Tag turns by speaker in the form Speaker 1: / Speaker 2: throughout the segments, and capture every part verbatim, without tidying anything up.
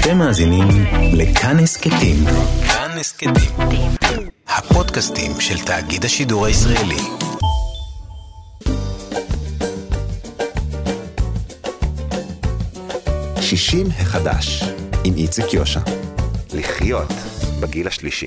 Speaker 1: אתם מאזינים לכאן הסכתים. כאן הסכתים. הפודקאסטים של תאגיד השידור הישראלי. שישים החדש עם איציק יושע. לחיות בגיל השלישי.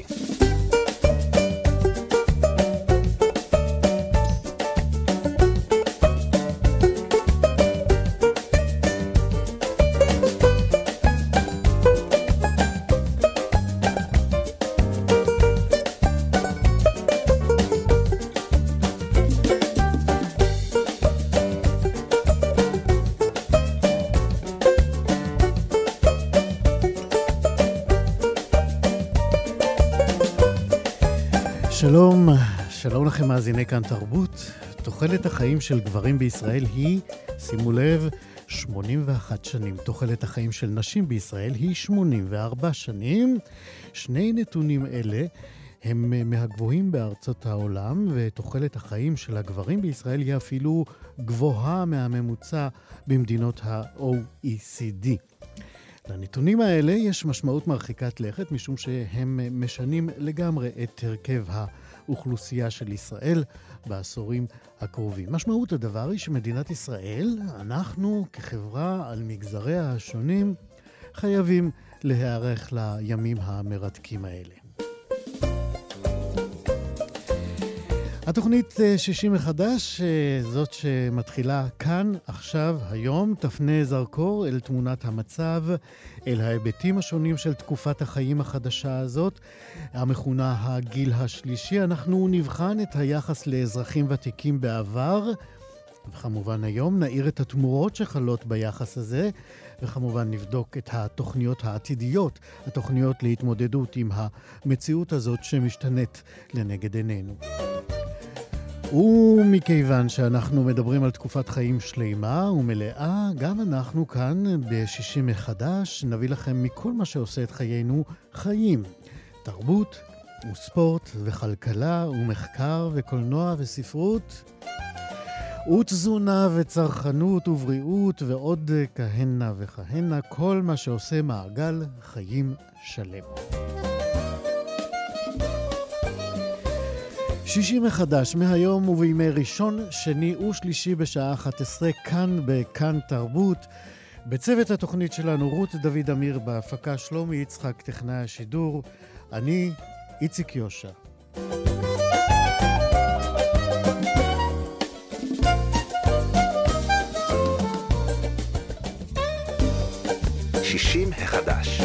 Speaker 2: שלום, שלום לכם מאזיני כאן תרבות. תוחלת החיים של גברים בישראל היא, שימו לב, שמונים ואחת שנים. תוחלת החיים של נשים בישראל היא שמונים וארבע שנים. שני נתונים אלה הם מהגבוהים בארצות העולם, ותוחלת החיים של הגברים בישראל היא אפילו גבוהה מהממוצע במדינות ה-או אי סי די. לנתונים האלה יש משמעות מרחיקת לכת, משום שהם משנים לגמרי את הרכב האוכלוסייה של ישראל בעשורים הקרובים. משמעות הדבר היא שמדינת ישראל, אנחנו כחברה על מגזריה השונים, חייבים להיערך לימים המרתקים האלה. התוכנית שישים מחדש, זאת שמתחילה כאן, עכשיו, היום, תפנה זרקור אל תמונת המצב, אל ההיבטים השונים של תקופת החיים החדשה הזאת, המכונה הגיל השלישי. אנחנו נבחן את היחס לאזרחים ותיקים בעבר, וכמובן היום נעיר את התמורות שחלות ביחס הזה, וכמובן נבדוק את התוכניות העתידיות, התוכניות להתמודדות עם המציאות הזאת שמשתנית לנגד עינינו. ומכיוון שאנחנו מדברים על תקופת חיים שלמה ומלאה, גם אנחנו כאן ב-שישים מחדש נביא לכם מכל מה שעושה את חיינו חיים. תרבות וספורט וכלכלה ומחקר וקולנוע וספרות ותזונה וצרכנות ובריאות ועוד כהנה וכהנה, כל מה שעושה מעגל חיים שלם. שישי מחדש, מהיום ובימי ראשון, שני ושלישי בשעה אחת עשרה, כאן בכאן תרבות. בצוות התוכנית שלנו רות דוד אמיר, בהפקה שלומי יצחק, טכנאי השידור. אני איציק יושע.
Speaker 1: שישים החדש.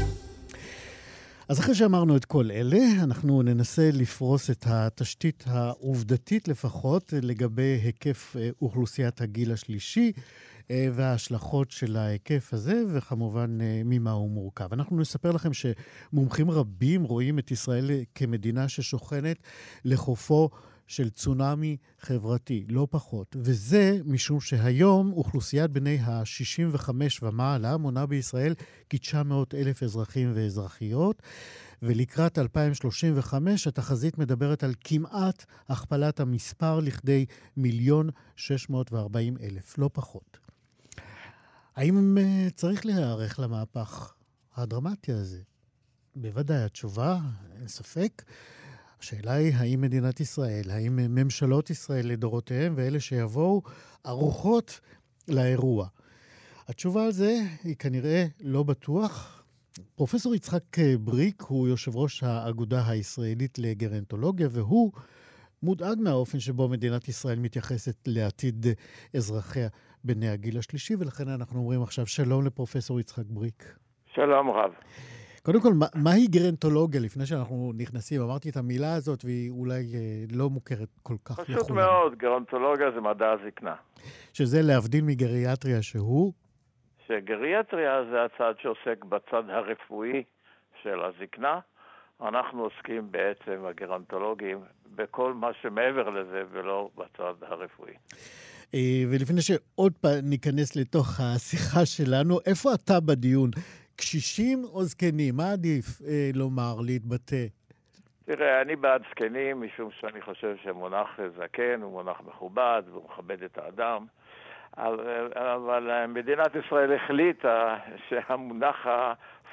Speaker 2: אז אחרי שאמרנו את כל אלה, אנחנו ננסה לפרוס את התשתית העובדתית לפחות לגבי היקף אוכלוסיית הגיל השלישי וההשלכות של ההיקף הזה, וכמובן ממה הוא מורכב. אנחנו נספר לכם שמומחים רבים רואים את ישראל כמדינה ששוכנת לחופו של צונאמי חברתי, לא פחות. וזה משום שהיום אוכלוסיית בני ה-שישים וחמש ומעלה מונה בישראל כ-תשע מאות אלף אזרחים ואזרחיות, ולקראת אלפיים שלושים וחמש התחזית מדברת על כמעט הכפלת המספר לכדי מיליון שש מאות וארבעים אלף, לא פחות. האם צריך להיערך למהפך הדרמטי הזה? בוודאי התשובה, אין ספק. השאלה היא, האם מדינת ישראל, האם ממשלות ישראל לדורותיהם ואלה שיבואו ערוכות לאירוע? התשובה על זה היא כנראה לא בטוח. פרופסור יצחק בריק הוא יושב ראש האגודה הישראלית לגרנטולוגיה, והוא מודאג מהאופן שבו מדינת ישראל מתייחסת לעתיד אזרחיה בני הגיל השלישי, ולכן אנחנו אומרים עכשיו שלום לפרופסור יצחק בריק.
Speaker 3: שלום רב.
Speaker 2: קודם כל, מה, מהי גרנטולוגיה? לפני שאנחנו נכנסים, אמרתי את המילה הזאת, והיא אולי אה, לא מוכרת כל כך לכולם.
Speaker 3: פשוט מאוד, גרנטולוגיה זה מדע הזקנה.
Speaker 2: שזה להבדיל מגריאטריה שהוא?
Speaker 3: שגריאטריה זה הצד שעוסק בצד הרפואי של הזקנה. אנחנו עוסקים בעצם, הגרנטולוגים, בכל מה שמעבר לזה, ולא בצד הרפואי.
Speaker 2: ולפני שעוד פעם ניכנס לתוך השיחה שלנו, איפה אתה בדיון? קשישים או זקנים? מה עדיף אה, לומר, להתבטא?
Speaker 3: תראה, אני בעד זקנים, משום שאני חושב שמונח זקן הוא מונח מכובד, והוא מכבד את האדם. אבל, אבל מדינת ישראל החליטה שהמונח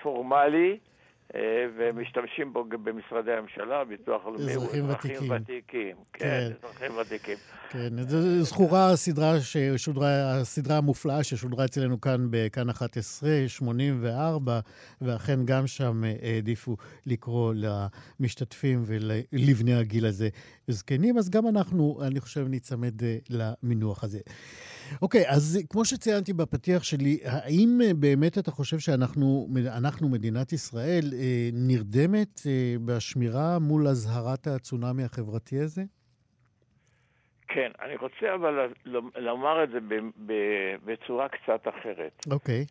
Speaker 3: פורמלי, ומשתמשים בו במשרדי הממשלה, ביטוח לאומי,
Speaker 2: אזרחים ותיקים.
Speaker 3: ותיקים. כן, אזרחים ותיקים.
Speaker 2: כן, זו זכורה הסדרה ששודרה, הסדרה המופלאה ששודרה אצלנו כאן בכאן אחת עשרה, שמונים וארבע, ואכן גם שם העדיפו לקרוא למשתתפים ולבני הגיל הזה זקנים, אז גם אנחנו, אני חושב, נצמד למינוח הזה. אוקיי, אז כמו שציינתי בפתיח שלי, האם באמת אתה חושב שאנחנו, אנחנו, מדינת ישראל, נרדמת בשמירה מול הזהרת הצונאמי החברתי הזה?
Speaker 3: כן, אני רוצה אבל לומר את זה בצורה קצת אחרת.
Speaker 2: אוקיי.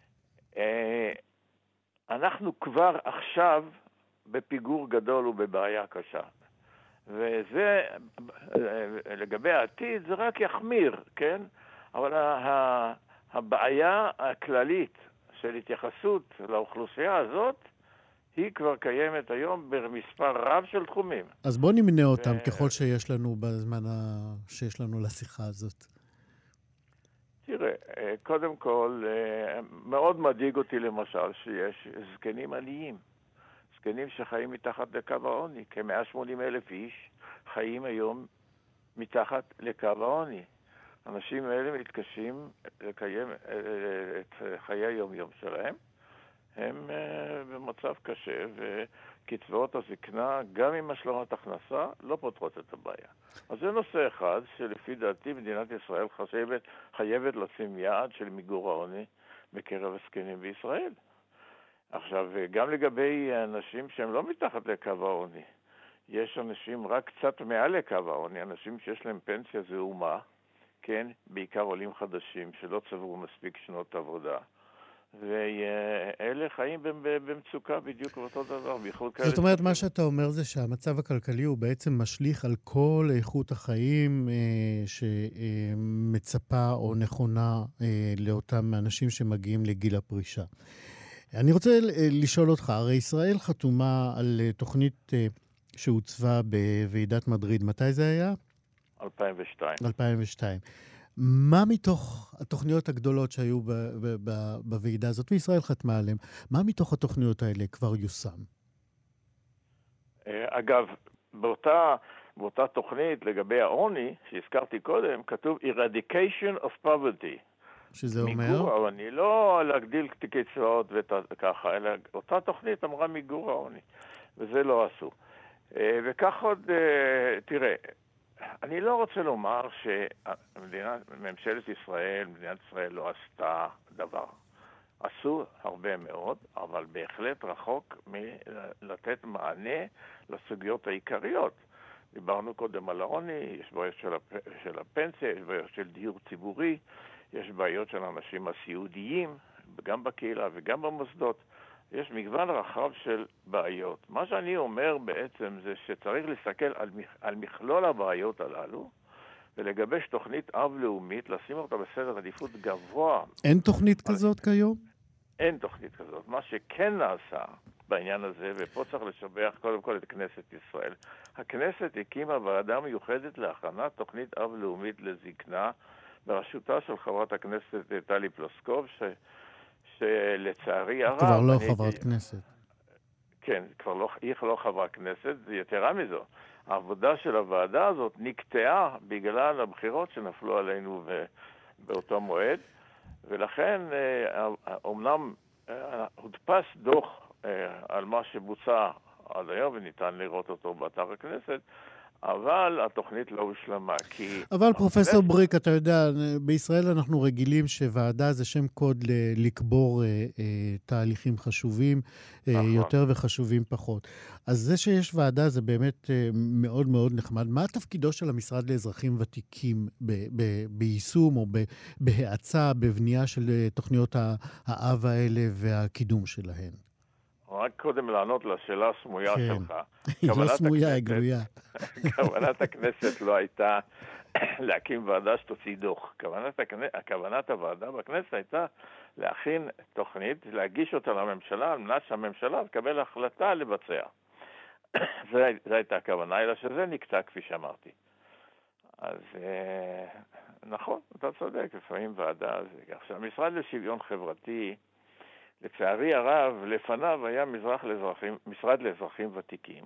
Speaker 3: אנחנו כבר עכשיו בפיגור גדול ובבעיה קשה. וזה, לגבי העתיד, זה רק יחמיר, כן? אבל הבעיה הכללית של התייחסות לאוכלוסייה הזאת, היא כבר קיימת היום במספר רב של תחומים.
Speaker 2: אז בוא נמנה אותם ו... ככל שיש לנו בזמן ה... שיש לנו לשיחה הזאת.
Speaker 3: תראה, קודם כל, מאוד מדאיג אותי למשל שיש זקנים עניים. זקנים שחיים מתחת לקו העוני. כ-מאה ושמונים אלף איש חיים היום מתחת לקו העוני. אנשים האלה מתקשים לקיים את חיי היום-יום שלהם. הם במצב קשה, וקצבאות הזקנה, גם עם השלמת הכנסה, לא פותרות את הבעיה. אז זה נושא אחד שלפי דעתי מדינת ישראל חייבת, חייבת לשים יעד של מיגור העוני בקרב הזקנים בישראל. עכשיו, גם לגבי אנשים שהם לא מתחת לקו העוני, יש אנשים רק קצת מעל לקו העוני, אנשים שיש להם פנסיה זעומה, כן, בעיקר עולים חדשים שלא צברו מספיק שנות עבודה. ואלה חיים במצוקה בדיוק באותו דבר.
Speaker 2: זאת אומרת, מה שאתה אומר זה שהמצב הכלכלי הוא בעצם משליך על כל איכות החיים שמצפה או נכונה לאותם אנשים שמגיעים לגיל הפרישה. אני רוצה לשאול אותך, הרי ישראל חתומה על תוכנית שהוצבה בוועידת מדריד. מתי זה היה?
Speaker 3: אלפיים ושתיים.
Speaker 2: אלפיים ושתיים. מה מתוך התוכניות הגדולות שהיו בוועידה הזאת, וישראל חתמה עליהן, מה מתוך התוכניות האלה כבר יושם?
Speaker 3: אגב, באותה, באותה תוכנית לגבי העוני, שהזכרתי קודם, כתוב eradication of poverty.
Speaker 2: שזה אומר?
Speaker 3: מיגור העוני, לא להגדיל קצבאות וככה, אלא אותה תוכנית אמרה מיגור העוני, וזה לא עשו. וכך עוד, תראה, אני לא רוצה לומר שממשלת ישראל, מדינת ישראל לא עשתה דבר. עשו הרבה מאוד, אבל בהחלט רחוק מלתת מענה לסוגיות העיקריות. דיברנו קודם על העוני, יש בעיות של, הפ... של הפנסיה, יש בעיות של דיור ציבורי, יש בעיות של אנשים הסיעודיים, גם בקהילה וגם במוסדות. יש מגוון רחב של בעיות. מה שאני אומר בעצם זה שצריך להסתכל על, מכ... על מכלול הבעיות הללו, ולגבש תוכנית אב לאומית, לשים אותה בסדר עדיפות גבוה.
Speaker 2: אין תוכנית על... כזאת כיום?
Speaker 3: אין תוכנית כזאת. מה שכן נעשה בעניין הזה, ופה צריך לשבח קודם כל את כנסת ישראל, הכנסת הקימה ועדה מיוחדת להכנת תוכנית אב לאומית לזקנה, בראשותה של חברת הכנסת טלי פלוסקוב, ש... שלצערי הרב...
Speaker 2: כבר לא חברת כנסת.
Speaker 3: כן, כבר לא, היא לא חברת כנסת, זה יתרה מזו. העבודה של הוועדה הזאת נקטעה בגלל הבחירות שנפלו עלינו באותו מועד, ולכן אומנם הודפס דוח על מה שבוצע עד היום, וניתן לראות אותו באתר הכנסת, אבל התוכנית לא הושלמה, כי...
Speaker 2: אבל פרופסור בריק, אתה יודע, בישראל אנחנו רגילים שוועדה זה שם קוד ל- לקבור אה, אה, תהליכים חשובים אה, נכון. יותר וחשובים פחות. אז זה שיש ועדה זה באמת אה, מאוד מאוד נחמד. מה תפקידו של המשרד לאזרחים ותיקים ב- ב- ביישום או ב- בהאצה, בבנייה של תוכניות האב האלה והקידום שלהן?
Speaker 3: רק קודם לענות לשאלה הסמויה
Speaker 2: כן.
Speaker 3: שלך.
Speaker 2: היא לא סמויה, היא גלויה.
Speaker 3: כוונת הכנסת לא הייתה להקים ועדה שתוציא דוח. כוונת, הכנ... כוונת הוועדה בכנסת הייתה להכין תוכנית, להגיש אותה לממשלה, על מנת שהממשלה תקבל החלטה לבצע. זו הייתה הכוונה, אלא שזה נקטע כפי שאמרתי. אז נכון, אתה צודק, לפעמים ועדה... עכשיו, המשרד לשוויון חברתי לצערי הרב, לפניו היה מזרח לאזרחים, משרד לאזרחים ותיקים,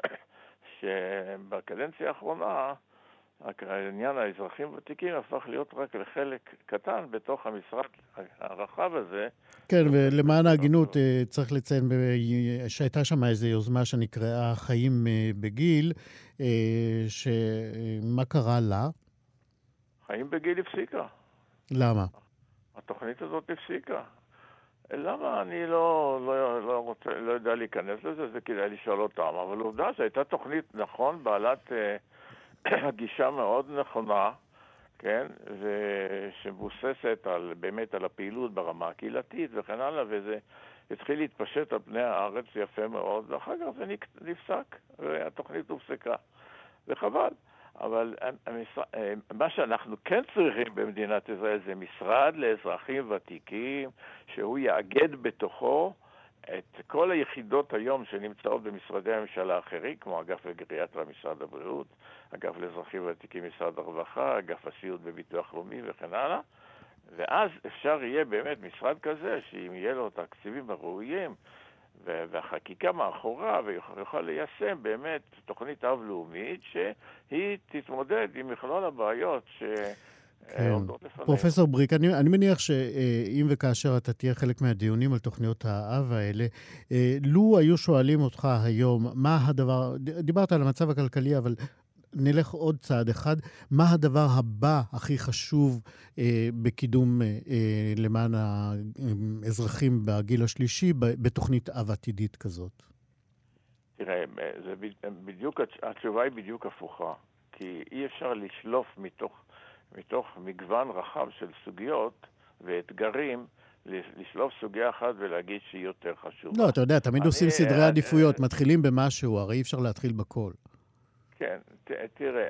Speaker 3: שבקדנציה האחרונה העניין האזרחים ותיקים הפך להיות רק לחלק קטן בתוך המשרד הרחב הזה.
Speaker 2: כן, ולמען ההגינות צריך לציין שהייתה שם איזו יוזמה שנקראה חיים בגיל, שמה קרה לה?
Speaker 3: חיים בגיל הפסיקה.
Speaker 2: למה?
Speaker 3: התוכנית הזאת הפסיקה. למה? אני לא, לא, לא, רוצה, לא יודע להיכנס לזה, זה כדאי לשאול אותם, אבל עובדה שהייתה תוכנית נכון, בעלת הגישה מאוד נכונה, כן, ושמבוססת על, באמת על הפעילות ברמה הקהילתית וכן הלאה, וזה התחיל להתפשט על פני הארץ יפה מאוד, ואחר כך זה נפסק, והתוכנית הופסקה, וחבל. אבל מה שאנחנו כן צריכים במדינת ישראל זה משרד לאזרחים ותיקים, שהוא יאגד בתוכו את כל היחידות היום שנמצאות במשרדי הממשלה האחרים, כמו אגף לגריאטריה משרד הבריאות, אגף לאזרחים ותיקים משרד הרווחה, אגף הסיעוד בביטוח לאומי וכן הלאה, ואז אפשר יהיה באמת משרד כזה, שאם יהיה לו תקציבים הראויים והחקיקה מאחוריו, ויוכל ליישם באמת תוכנית אב לאומית שהיא תתמודד עם מכלול הבעיות ש...
Speaker 2: פרופסור בריק, אני, אני מניח שאם וכאשר אתה תהיה חלק מהדיונים על תוכניות האב האלה, לו היו שואלים אותך היום, מה הדבר, דיברת על המצב הכלכלי, אבל נלך עוד צעד אחד, מה הדבר הבא הכי חשוב אה, בקידום אה, למען האזרחים בגיל השלישי בתוכנית אב עתידית כזאת?
Speaker 3: תראה, זה בדיוק, התשובה היא בדיוק הפוכה, כי אי אפשר לשלוף מתוך מתוך מגוון רחב של סוגיות ואתגרים, לשלוף סוגיה אחת ולהגיד שהיא יותר חשובה.
Speaker 2: לא, אתה יודע, תמיד עושים סדרי עדיפויות, מתחילים במשהו, הרי אי אפשר להתחיל בכל.
Speaker 3: כן, תראה,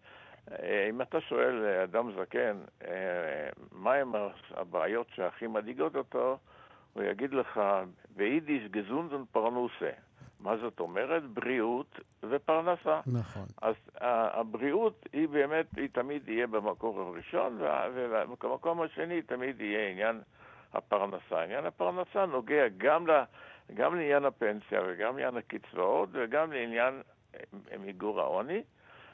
Speaker 3: אם אתה שואל אדם זקן, מה הם הבעיות שהכי מדאיגות אותו, הוא יגיד לך, ביידיש גזונדן פרנוסה. מה זאת אומרת? בריאות ופרנסה.
Speaker 2: נכון.
Speaker 3: אז הבריאות היא באמת, היא תמיד יהיה במקור הראשון, ובמקום השני תמיד יהיה עניין הפרנסה. עניין הפרנסה נוגע גם, לה, גם לעניין הפנסיה וגם לעניין הקצבאות וגם לעניין מיגור העוני,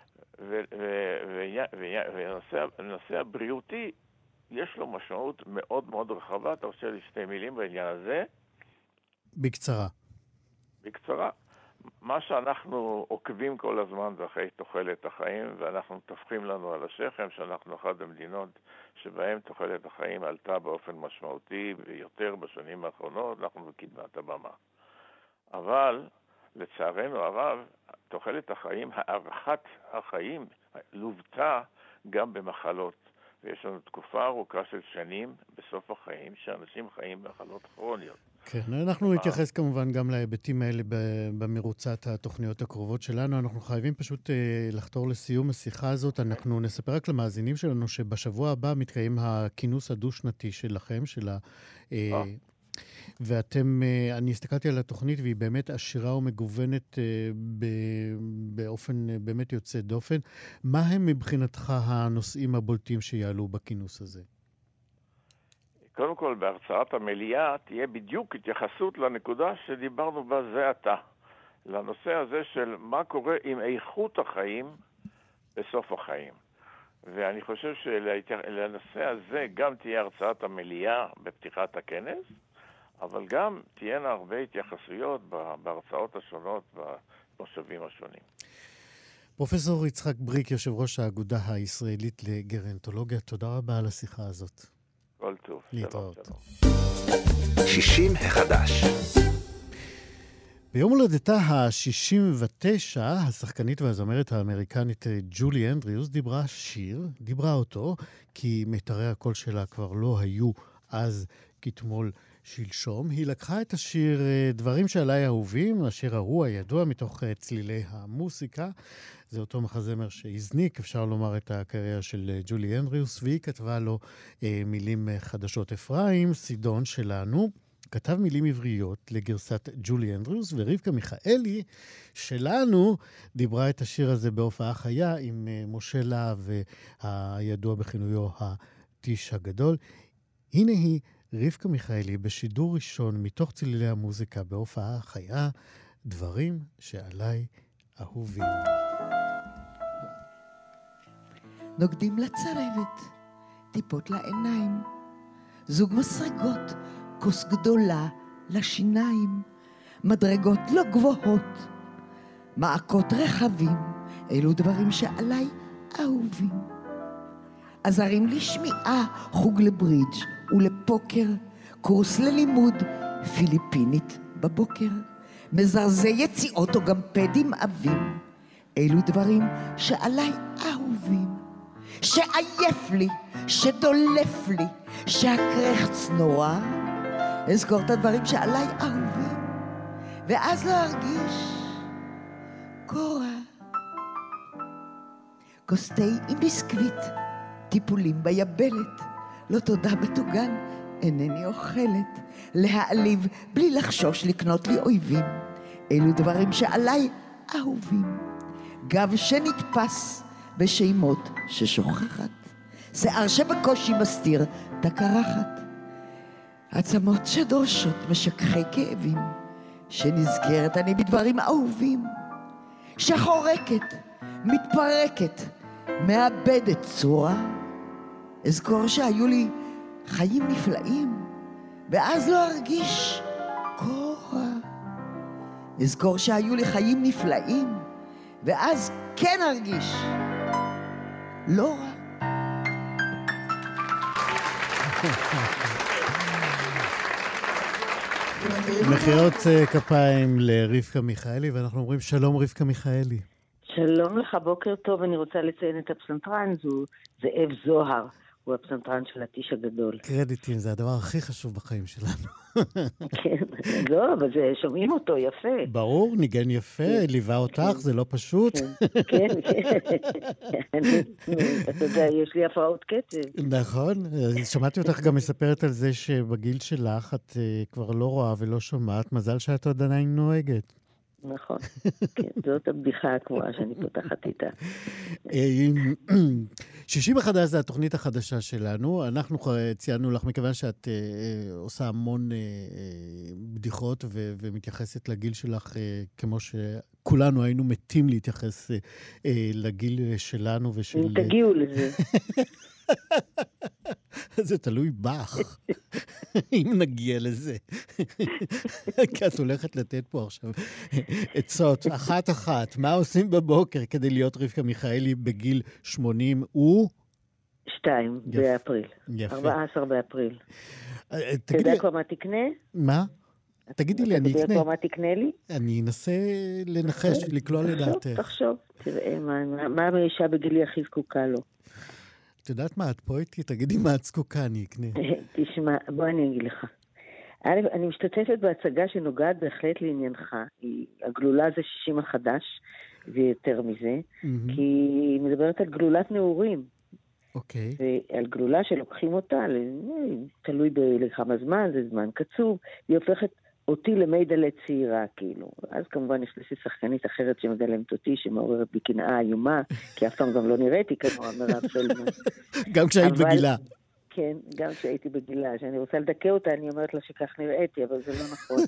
Speaker 3: והנושא הבריאותי יש לו משמעות מאוד מאוד רחבה. אתה רוצה לי שתי מילים בעניין הזה?
Speaker 2: בקצרה.
Speaker 3: בקצרה, מה שאנחנו עוקבים כל הזמן זה אחרי תוחלת החיים, ואנחנו תופכים לנו על השכם שאנחנו אחת המדינות שבהם תוחלת החיים עלתה באופן משמעותי ויותר בשנים האחרונות, אנחנו בקדמת הבמה. אבל לצערנו הרב, תוחלת החיים, הארכת החיים לוותה גם במחלות. ויש לנו תקופה ארוכה של שנים בסוף החיים שאנשים חיים במחלות כרוניות.
Speaker 2: כן, אנחנו נתייחס כמובן גם להיבטים האלה במרוצת התוכניות הקרובות שלנו. אנחנו חייבים פשוט לחתור לסיום השיחה הזאת. אנחנו נספר רק למאזינים שלנו שבשבוע הבא מתקיים הכינוס הדו-שנתי שלכם, של ה... ואתם, אני הסתכלתי על התוכנית והיא באמת עשירה ומגוונת באופן באמת יוצא דופן. מה הם מבחינתך הנושאים הבולטים שיעלו בכינוס הזה?
Speaker 3: קודם כל, בהרצאת המליאה תהיה בדיוק התייחסות לנקודה שדיברנו בה זה עתה. לנושא הזה של מה קורה עם איכות החיים בסוף החיים. ואני חושב שלנושא הזה גם תהיה הרצאת המליאה בפתיחת הכנס, אבל גם תהיינה הרבה התייחסויות בהרצאות השונות במושבים השונים.
Speaker 2: פרופסור יצחק בריק, יושב ראש האגודה הישראלית לגרנטולוגיה, תודה רבה על השיחה הזאת.
Speaker 3: כל טוב.
Speaker 2: להתראות.
Speaker 1: שישים החדש.
Speaker 2: ביום הולדתה ה-שישים ותשע, השחקנית והזמרת האמריקנית ג'ולי אנדריוס דיברה שיר, דיברה אותו, כי מיתרי הקול שלה כבר לא היו אז כתמול שלשום. היא לקחה את השיר דברים שעליי אהובים, השיר ההוא הידוע מתוך צלילי המוסיקה. זה אותו מחזמר שהזניק, אפשר לומר, את הקריירה של ג'ולי אנדריוס, והיא כתבה לו אה, מילים חדשות. אפרים סידון שלנו כתב מילים עבריות לגרסת ג'ולי אנדריוס, ורבקה מיכאלי שלנו דיברה את השיר הזה בהופעה חיה עם אה, משה להב, הידוע בכינויו הטיש הגדול. הנה היא רבקה מיכאלי בשידור ראשון מתוך צלילי המוזיקה בהופעה חיה, דברים שעליי אהובים.
Speaker 4: נוגדים לצרבת, טיפות לעיניים, זוג מסרגות, כוס גדולה לשיניים, מדרגות לא גבוהות, מעקות רחבים, אלו דברים שעליי אהובים. עזרים לשמיעה, חוג לברידג' ולפוקר, קורס ללימוד פיליפינית בבוקר, מזרזי יציאות או גם פדים עבים, אלו דברים שעליי אהובים. שעייף לי, שדולף לי, שהקרחץ נורא, אזכור את הדברים שעליי אהובים, ואז לא ארגיש קורא. כוס תה עם ביסקוויט, טיפולים ביבלת, לא תודה בטוגן, אינני אוכלת, להעליב בלי לחשוש לקנות לי אויבים, אלו דברים שעליי אהובים. גב שנתפס בשימות ששוכחת, שיער שבקושי מסתיר את הקרחת, עצמות שדורשות משככי כאבים, שנזכרת אני בדברים אהובים, שחורקת, מתפרקת, מאבדת צורה, אזכור שהיו לי חיים נפלאים, ואז לא ארגיש קורא. אזכור שהיו לי חיים נפלאים, ואז כן ארגיש לא רע.
Speaker 2: מחיאות כפיים לרבקה מיכאלי, ואנחנו אומרים שלום רבקה מיכאלי.
Speaker 5: שלום לך, בוקר טוב. אני רוצה לציין את הפסנתרן, זו זאב זוהר, הוא הפסנתרן של הטיש הגדול.
Speaker 2: קרדיטים, זה הדבר הכי חשוב בחיים שלנו.
Speaker 5: כן, לא, אבל זה, שומעים אותו יפה.
Speaker 2: ברור, ניגן יפה, ליווה אותך, זה לא פשוט.
Speaker 5: כן, כן. אתה יודע, יש לי הפרעות קצב.
Speaker 2: נכון, שמעתי אותך גם מספרת על זה שבגיל שלך את כבר לא רואה ולא שומעת, מזל שאת עוד עדיין נוהגת.
Speaker 5: נכון, כן, זאת הבדיחה הקבועה שאני פותחת איתה.
Speaker 2: שישי בחדש זה התוכנית החדשה שלנו, אנחנו ציינו לך, מכיוון שאת עושה המון בדיחות ומתייחסת לגיל שלך כמו שכולנו היינו מתים להתייחס לגיל שלנו ושל...
Speaker 5: אם תגיעו לזה.
Speaker 2: זה תלוי בך, אם נגיע לזה. כי את הולכת לתת פה עכשיו עצות, אחת-אחת. מה עושים בבוקר כדי להיות רבקה מיכאלי בגיל שמונים ו...
Speaker 5: שתיים, באפריל.
Speaker 2: יפה.
Speaker 5: ארבעה עשר באפריל. אתה
Speaker 2: תגידי...
Speaker 5: יודע כבר מה תקנה?
Speaker 2: מה? תגידי לי, אני אקנה.
Speaker 5: אתה יודע כבר מה תקנה לי?
Speaker 2: אני אנסה לנחש, לקלוע לדעתך.
Speaker 5: תחשוב, תראה, מה האישה בגילי הכי זקוקה לו?
Speaker 2: את יודעת מה, את פה איתי? תגידי מה את זקוקה, אני אקנה.
Speaker 5: תשמע, בוא אני אגיד לך. אני משתתפת בהצגה שנוגעת בהחלט לעניינך. הגלולה זה שישים החדש, ויותר מזה, כי היא מדברת על גלולת נעורים.
Speaker 2: אוקיי.
Speaker 5: ועל גלולה שלוקחים אותה, תלוי לכמה זמן, זה זמן קצוב, היא הופכת אותי למידע לצעירה, כאילו. אז כמובן יש לי שחקנית אחרת שמגלמת אותי, שמעוררת בי קנאה איומה, כי אף פעם גם לא נראיתי כמו מירב פלדמן.
Speaker 2: גם כשהיית
Speaker 5: אבל,
Speaker 2: בגילה.
Speaker 5: כן, גם כשהייתי בגילה. שאני רוצה לדכא אותה, אני אומרת לה שכך נראיתי, אבל זה לא נכון.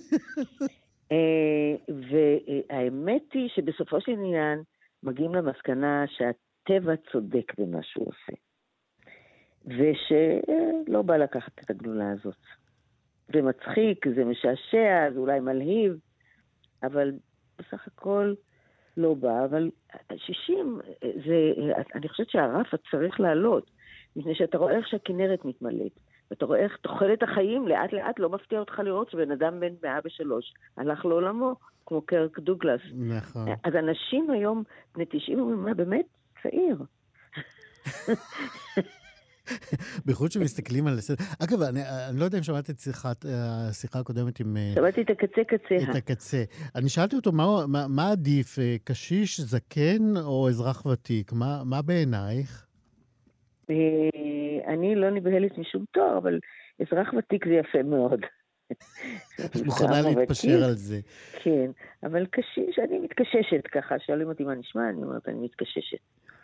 Speaker 5: והאמת היא שבסופו של עניין, מגיעים למסקנה שהטבע צודק במה שהוא עושה. ושלא בא לקחת את הגלולה הזאת. זה מצחיק, זה משעשע, זה אולי מלהיב, אבל בסך הכל לא בא. אבל שישים, זה, אני חושבת שהרף צריך לעלות, מפני שאתה רואה איך שהכנרת מתמלאת, ואתה רואה איך תוחלת החיים לאט לאט לא מפתיע אותך לראות שבן אדם בן מאה ושלוש הלך לעולמו, כמו קרק דוגלס.
Speaker 2: נכון.
Speaker 5: אז אנשים היום בני תשעים אומרים, באמת צעיר.
Speaker 2: בייחוד שמסתכלים על הסדר. אגב, אני, אני לא יודע אם שמעתי את שיחת, השיחה הקודמת עם...
Speaker 5: שמעתי את הקצה קצה.
Speaker 2: את הקצה. אני שאלתי אותו, מה, מה, מה עדיף, קשיש, זקן או אזרח ותיק? מה, מה בעינייך?
Speaker 5: אני לא נבהלת משום תואר, אבל אזרח ותיק זה יפה מאוד.
Speaker 2: את מוכנה להתפשר על זה.
Speaker 5: כן, אבל קשיש, אני מתקששת ככה, שואלים אותי מה נשמע, אני אומרת, אני מתקששת.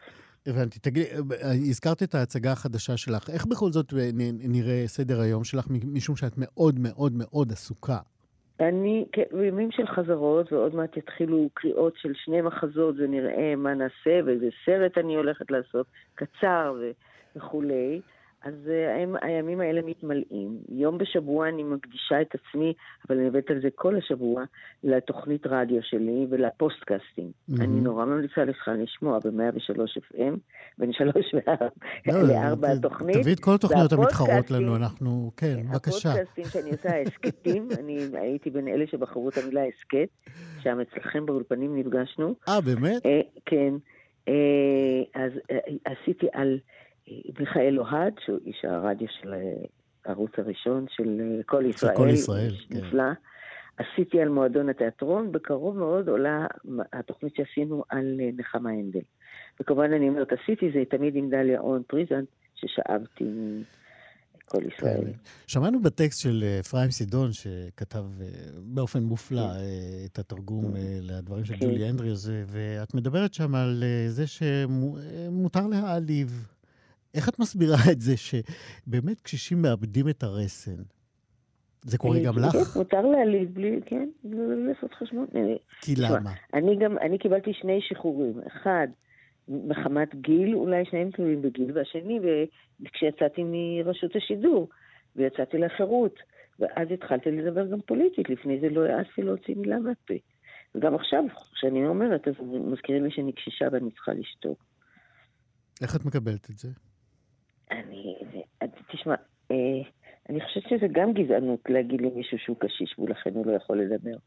Speaker 2: הבנתי. תגידי, הזכרת את ההצגה החדשה שלך. איך בכל זאת נראה סדר היום שלך, משום שאת מאוד מאוד מאוד עסוקה?
Speaker 5: אני, בימים של חזרות, ועוד מעט יתחילו קריאות של שני מחזות, ונראה מה נעשה, ואיזה סרט אני הולכת לעשות, קצר וכולי. אז הם, הימים האלה מתמלאים. יום בשבוע אני מקדישה את עצמי, אבל אני הבאת על זה כל השבוע, לתוכנית רדיו שלי ולפוסטקאסטים. Mm-hmm. אני נורא ממליצה לך לשמוע ב-מאה ושלוש אף אם, בין שלוש לארבע התוכנית.
Speaker 2: תביא את כל התוכניות המתחרות לנו, אנחנו, כן, בבקשה.
Speaker 5: הפוסטקאסטים שאני עושה, ההסקטים, אני הייתי בין אלה שבחרו את המילה הסקט, שם אצלכם באולפנים נפגשנו.
Speaker 2: אה, באמת?
Speaker 5: כן. אז עשיתי על מיכאל אוהד, שהוא איש הרדיו של הערוץ הראשון של כל ישראל,
Speaker 2: כל ישראל,
Speaker 5: נפלא. עשיתי על מועדון התיאטרון, בקרוב מאוד עולה התוכנית שעשינו על נחמה הנדל. וכמובן אני אומרת, עשיתי זה תמיד עם דליה און פריזן, ששאבתי כל ישראל.
Speaker 2: שמענו בטקסט של אפרים סידון, שכתב באופן מופלא את התרגום לדברים של ג'ולי אנדריוס, ואת מדברת שם על זה שמותר להעליב. איך את מסבירה את זה שבאמת קשישים מאבדים את הרסן? זה קורה גם לך?
Speaker 5: מותר להעליב בלי, כן, בלי לעשות חשבון.
Speaker 2: כי למה?
Speaker 5: אני גם, אני קיבלתי שני שחרורים. אחד, מחמת גיל, אולי שניהם תלויים בגיל, והשני, כשיצאתי מרשות השידור, ויצאתי לחירות, ואז התחלתי לדבר גם פוליטית, לפני זה לא העזתי להוציא מילה מהפה. וגם עכשיו, כשאני אומרת, אז מזכירים לי שאני קשישה ואני צריכה לשתוק.
Speaker 2: איך את מקבלת את זה?
Speaker 5: אני, תשמע, אני חושבת שזה גם גזענות להגיד למישהו שהוא קשיש, ולכן הוא לא יכול לדבר.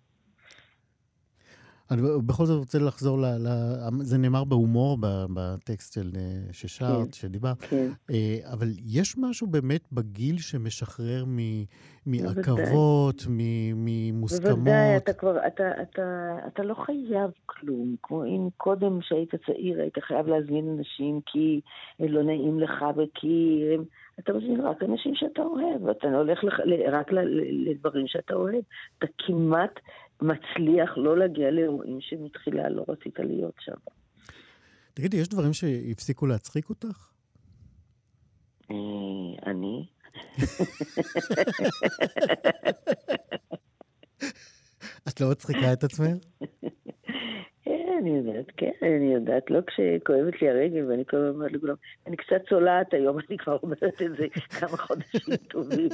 Speaker 2: אני בכל זאת רוצה לחזור, ל, ל, זה נאמר בהומור בטקסט של ששרת, כן, שדיבר, כן. אבל יש משהו באמת בגיל שמשחרר מעכבות, ממוסכמות?
Speaker 5: בוודאי, אתה כבר, אתה, אתה, אתה לא חייב כלום, כמו אם קודם שהיית צעיר, היית חייב להזמין אנשים כי לא נעים לך וכי אתה מזמין רק אנשים שאתה אוהב, ואתה הולך לח, רק לדברים שאתה אוהב, אתה כמעט מצליח לא להגיע לאירועים שמתחילה לא רצית להיות שם.
Speaker 2: תגידי, יש דברים שהפסיקו להצחיק אותך?
Speaker 5: אני?
Speaker 2: את לא מצחיקה את עצמך?
Speaker 5: אני יודעת, כן, אני יודעת, לא כשכואבת לי הרגל, ואני כל הזמן אומרת לכולם, אני קצת צולעת היום, אני כבר אומרת את זה כמה חודשים טובים.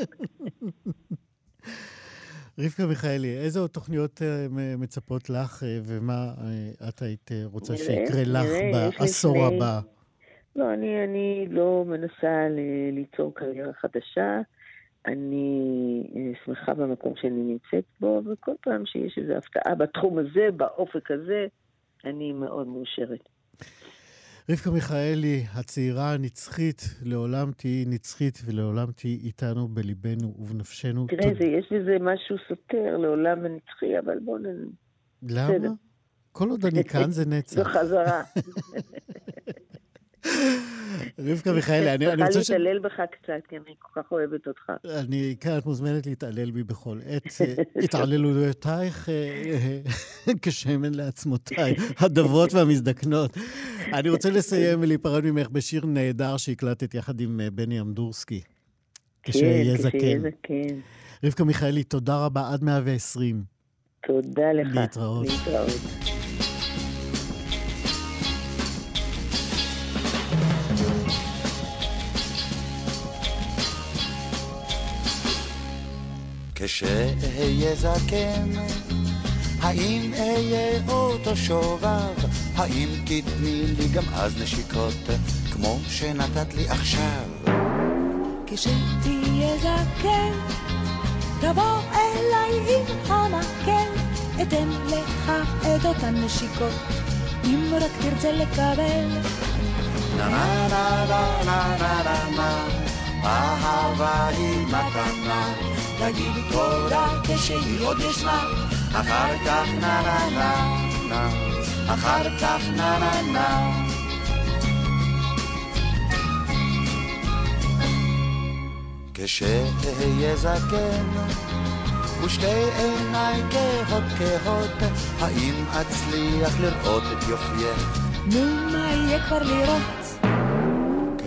Speaker 2: רבקה מיכאלי, איזה עוד תוכניות מצפות לך, ומה את היית רוצה שיקרה לך בעשור הבא?
Speaker 5: לא, אני, אני לא מנסה ליצור קריירה חדשה, אני שמחה במקום שאני נמצאת בו, וכל פעם שיש איזו הפתעה בתחום הזה, באופק הזה, אני מאוד מאושרת.
Speaker 2: רבקה מיכאלי, הצעירה הנצחית, לעולם תהי נצחית ולעולם תהי איתנו בליבנו ובנפשנו.
Speaker 5: תראה, זה, יש בזה משהו סותר, לעולם הנצחי, אבל בואו נ...
Speaker 2: למה? בסדר. כל עוד אני כאן זה נצח.
Speaker 5: זו חזרה.
Speaker 2: רבקה מיכאלי, אני רוצה ש...
Speaker 5: צריכה להתעלל בך קצת, כי אני כל כך אוהבת אותך.
Speaker 2: אני כאן, את מוזמנת להתעלל בי בכל עת. התעללויותייך כשמן לעצמותיי, הדבות והמזדקנות. אני רוצה לסיים ולהיפרד ממך בשיר נהדר שהקלטת יחד עם בני אמדורסקי. כשיהיה זקן. רבקה מיכאלי, תודה רבה, עד מאה ועשרים.
Speaker 5: תודה לך.
Speaker 2: להתראות.
Speaker 5: להתראות.
Speaker 6: כשאהיה זקן, האם אהיה אותו שובב? האם תתני לי גם אז נשיקות כמו שנתת לי עכשיו?
Speaker 7: כשתהיה זקן, תבוא אליי עם המקל, אתן לך את אותן נשיקות, אם רק תרצה לקבל.
Speaker 6: נה נה נה נה נה נה נה נה, אהבה היא מתנה, תגידי תודה כשהיא עוד ישנה, אחר כך נה נה נה נה, אחר כך נה נה נה. כשאהיה זקן ושתי עיניי כהות כהות, האם אצליח לראות את יופייך?
Speaker 7: נו, מה יהיה כבר לראות?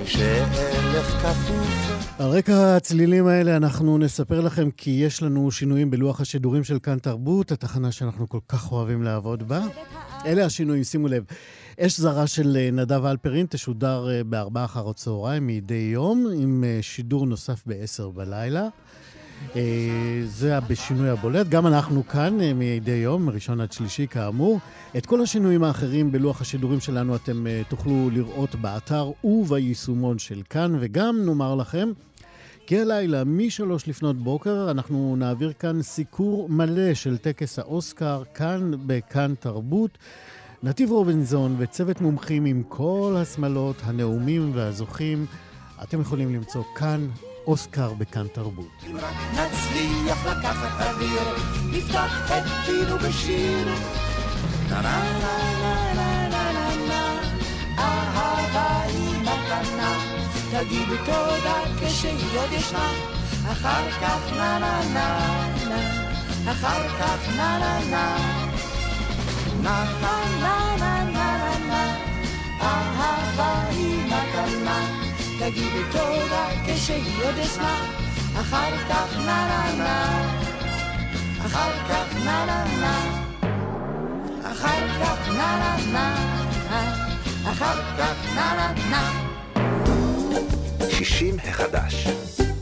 Speaker 6: שאלף כפוף.
Speaker 2: על רקע הצלילים האלה אנחנו נספר לכם כי יש לנו שינויים בלוח השידורים של כאן תרבות, התחנה שאנחנו כל כך אוהבים לעבוד בה. אלה השינויים, שימו לב. אש זרה של נדב אלפרין תשודר בארבע אחר הצהריים מדי יום, עם שידור נוסף בעשר בלילה. זה בשינוי הבולט. גם אנחנו כאן מדי יום, מראשון עד שלישי כאמור. את כל השינויים האחרים בלוח השידורים שלנו אתם תוכלו לראות באתר וביישומון של כאן, וגם נאמר לכם, כי הלילה משלוש לפנות בוקר אנחנו נעביר כאן סיקור מלא של טקס האוסקר כאן בכאן תרבות. נתיב רובינזון וצוות מומחים עם כל השמלות, הנאומים והזוכים. אתם יכולים למצוא כאן אוסקר בכאן תרבות.
Speaker 6: אם רק נצליח לקחת אוויר, לפתוח את פינו בשיר. נה נה נה נה נה נה נה נה, אהבה היא מתנה, תגידו תודה כשהיא עוד ישנה, אחר כך נה נה נה נה, אחר כך נה נה נה, נה נה נה נה נה נה, אהבה היא מתנה, תגידו תודה כשהיא עוד ישנה, אחר כך נה נה נה, אחר כך נה נה נה, אחר כך נה נה נה, אחר כך נה נה נה.
Speaker 1: שישים החדש.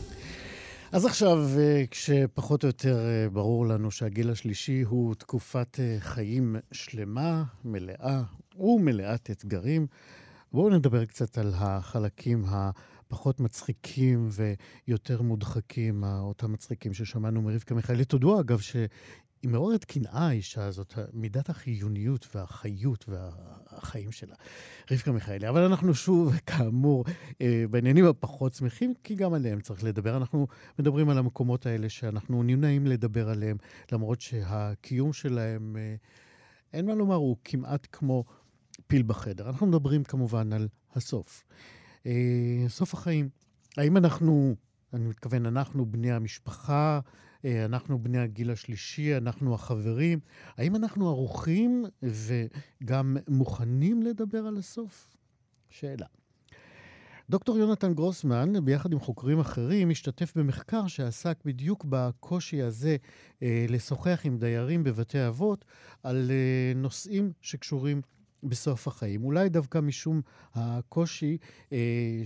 Speaker 2: אז עכשיו, כשפחות או יותר ברור לנו שהגיל השלישי הוא תקופת חיים שלמה, מלאה ומלאת אתגרים, בואו נדבר קצת על החלקים הפחות מצחיקים ויותר מודחקים, אותם מצחיקים ששמענו מרבקה מיכאלי. תודו אגב שהיא מעוררת קנאה האישה הזאת, מידת החיוניות והחיות והחיים שלה, רבקה מיכאלי. אבל אנחנו שוב, כאמור, בעניינים הפחות שמחים, כי גם עליהם צריך לדבר. אנחנו מדברים על המקומות האלה שאנחנו נמנעים לדבר עליהם, למרות שהקיום שלהם, אין מה לומר, הוא כמעט כמו פיל בחדר. אנחנו מדברים כמובן על הסוף. אה, סוף החיים. האם אנחנו, אני מתכוון, אנחנו בני המשפחה, אה, אנחנו בני הגיל השלישי, אנחנו החברים, האם אנחנו ערוכים וגם מוכנים לדבר על הסוף? שאלה. דוקטור יונתן גרוסמן, ביחד עם חוקרים אחרים, השתתף במחקר שעסק בדיוק בקושי הזה אה, לשוחח עם דיירים בבתי אבות על אה, נושאים שקשורים בסוף החיים. אולי דווקא משום הקושי אה,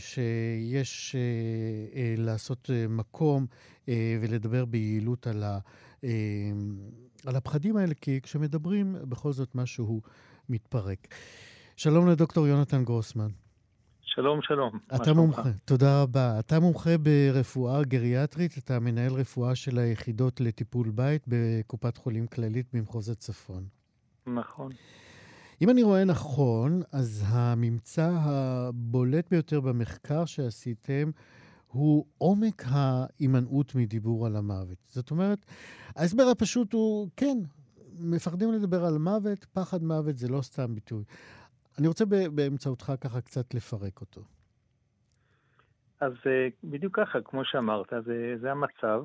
Speaker 2: שיש אה, אה, לעשות אה, מקום אה, ולדבר ביעילות על, ה, אה, על הפחדים האלה, כי כשמדברים בכל זאת משהו מתפרק. שלום לדוקטור יונתן גרוסמן.
Speaker 8: שלום, שלום.
Speaker 2: אתה מומחה, תודה רבה. אתה מומחה ברפואה גריאטרית, אתה מנהל רפואה של היחידות לטיפול בית בקופת חולים כללית במחוז הצפון.
Speaker 8: נכון.
Speaker 2: אם אני רואה נכון, אז הממצא הבולט ביותר במחקר שעשיתם הוא עומק ההימנעות מדיבור על המוות. זאת אומרת, ההסבר הפשוט הוא, כן, מפחדים לדבר על מוות, פחד מוות זה לא סתם ביטוי. אני רוצה באמצעותך ככה קצת לפרק אותו.
Speaker 8: אז בדיוק ככה, כמו שאמרת, זה, זה המצב.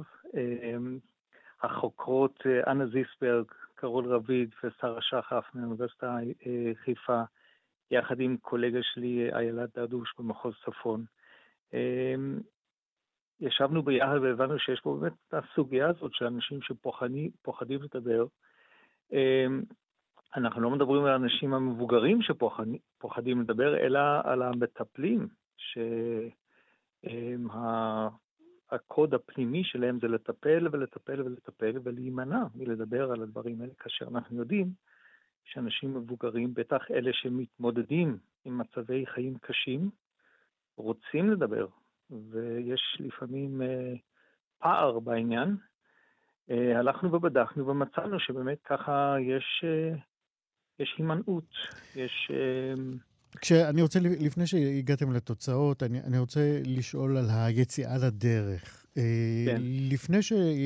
Speaker 8: החוקרות אנה זיסברג, קרול רביד ושרה שחף מאוניברסיטת חיפה, יחד עם קולגה שלי, איילת דרדוש במחוז צפון. ישבנו ביחד והבנו שיש פה באמת את הסוגיה הזאת של אנשים שפוחדים לדבר. אנחנו לא מדברים על האנשים המבוגרים שפוחדים לדבר, אלא על המטפלים, שהקוד הפנימי שלהם זה לטפל ולטפל ולטפל ולהימנע מלדבר על הדברים האלה, כאשר אנחנו יודעים שאנשים מבוגרים, בטח אלה שמתמודדים עם מצבי חיים קשים, רוצים לדבר, ויש לפעמים פער בעניין. הלכנו ובדקנו ומצאנו שבאמת ככה יש... יש הימנעות, יש...
Speaker 2: כשאני רוצה, לפני שהגעתם לתוצאות, אני, אני רוצה לשאול על היציאה לדרך. כן. לפני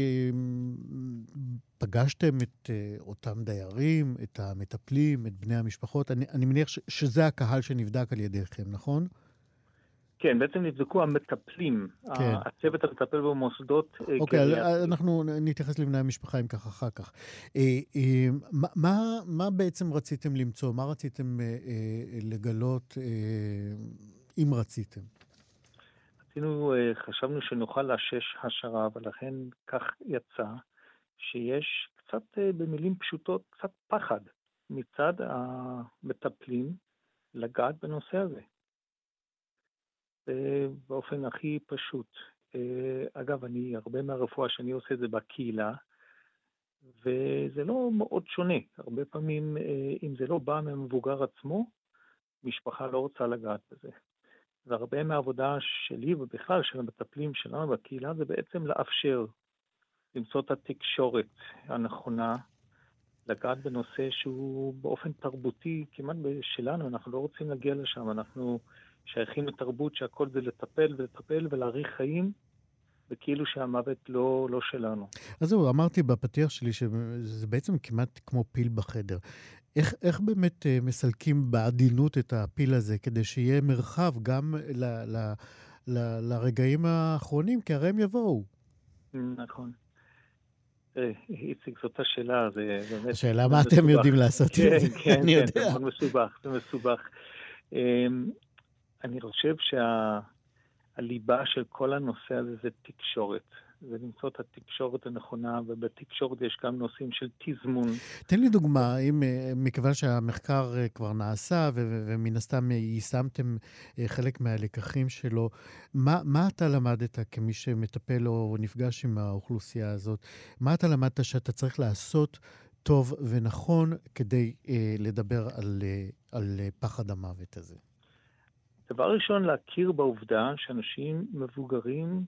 Speaker 2: שפגשתם את אותם דיירים, את המטפלים, את בני המשפחות, אני, אני מניח ש, שזה הקהל שנבדק על ידיכם, נכון?
Speaker 8: כן, בעצם נבדקו המטפלים, כן. הצוות המטפל במוסדות.
Speaker 2: אוקיי, אנחנו נתייחס לבני המשפחה אם כך אחר כך. מה, מה בעצם רציתם למצוא? מה רציתם לגלות אם רציתם?
Speaker 8: רצינו, חשבנו שנוכל לאשש השערה, ולכן כך יצא שיש קצת, במילים פשוטות, קצת פחד מצד המטפלים לגעת בנושא הזה. באופן הכי פשוט. אגב, אני, הרבה מהרפואה שאני עושה את זה בקהילה, וזה לא מאוד שונה. הרבה פעמים, אם זה לא בא מהמבוגר עצמו, משפחה לא רוצה לגעת בזה. והרבה מהעבודה שלי ובכלל של המטפלים שלנו בקהילה זה בעצם לאפשר, למצוא את התקשורת הנכונה, לגעת בנושא שהוא באופן תרבותי כמעט שלנו, אנחנו לא רוצים להגיע לשם, אנחנו שייכים לתרבות שהכל זה לטפל ולטפל ולהאריך חיים, וכאילו שהמוות לא, לא שלנו.
Speaker 2: אז זהו, אמרתי בפתיח שלי שזה בעצם כמעט כמו פיל בחדר. איך, איך באמת uh, מסלקים בעדינות את הפיל הזה, כדי שיהיה מרחב גם ל, ל, ל, לרגעים האחרונים, כי הרי הם יבואו.
Speaker 8: נכון. איציק, זאת השאלה, זה באמת...
Speaker 2: השאלה מה אתם יודעים לעשות את זה,
Speaker 8: אני יודע. כן, זה מאוד מסובך, זה מסובך. אני חושב שהליבה של כל הנושא הזה זה תקשורת. זה למצוא את התקשורת הנכונה, ובתקשורת יש גם נושאים של תזמון.
Speaker 2: תן לי דוגמה, אם מכיוון שהמחקר כבר נעשה, ומן הסתם יישמתם חלק מהלקחים שלו, מה, מה אתה למדת כמי שמטפל או נפגש עם האוכלוסייה הזאת? מה אתה למדת שאתה צריך לעשות טוב ונכון כדי אה, לדבר על, על פחד המוות הזה?
Speaker 8: דבר ראשון, להכיר בעובדה שאנשים מבוגרים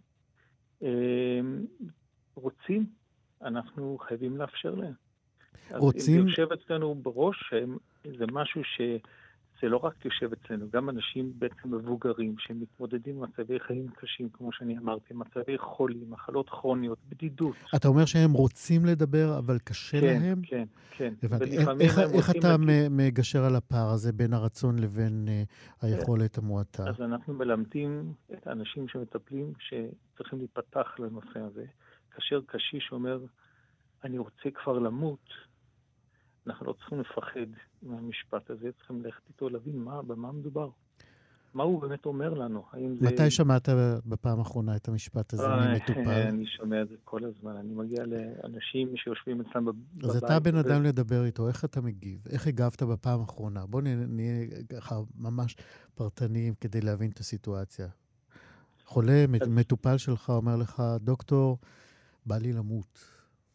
Speaker 8: רוצים, אנחנו חייבים לאפשר להם.
Speaker 2: רוצים?
Speaker 8: זה יושב אצלנו בראש, זה משהו שזה לא רק יושב אצלנו, גם אנשים בעצם מבוגרים שמתמודדים עם מצבי חיים קשים, כמו שאני אמרתי, מצבי חולי, מחלות כרוניות, בדידות.
Speaker 2: אתה אומר שהם רוצים לדבר, אבל קשה
Speaker 8: כן,
Speaker 2: להם?
Speaker 8: כן, כן.
Speaker 2: איך, איך אתה להגיד... מגשר על הפער הזה בין הרצון לבין uh, היכולת המועטה?
Speaker 8: אז אנחנו מלמדים את האנשים שמטפלים שצריכים להיפתח לנושא הזה. כאשר קשיש אומר, אני רוצה כבר למות, אנחנו לא צריכים לפחד מהמשפט הזה, צריכים ללכת איתו להבין מה, במה מדובר. מה הוא באמת אומר לנו?
Speaker 2: מתי זה... שמעת בפעם האחרונה את המשפט הזה ממטופל?
Speaker 8: אני שומע את זה כל הזמן. אני מגיע לאנשים שיושבים אצלם בבית.
Speaker 2: אז אתה בן אדם לדבר איתו, איך אתה מגיב? איך הגבת בפעם האחרונה? בוא נהיה ככה ממש פרטניים כדי להבין את הסיטואציה. חולה, אז... מטופל שלך אומר לך, דוקטור, בא לי למות.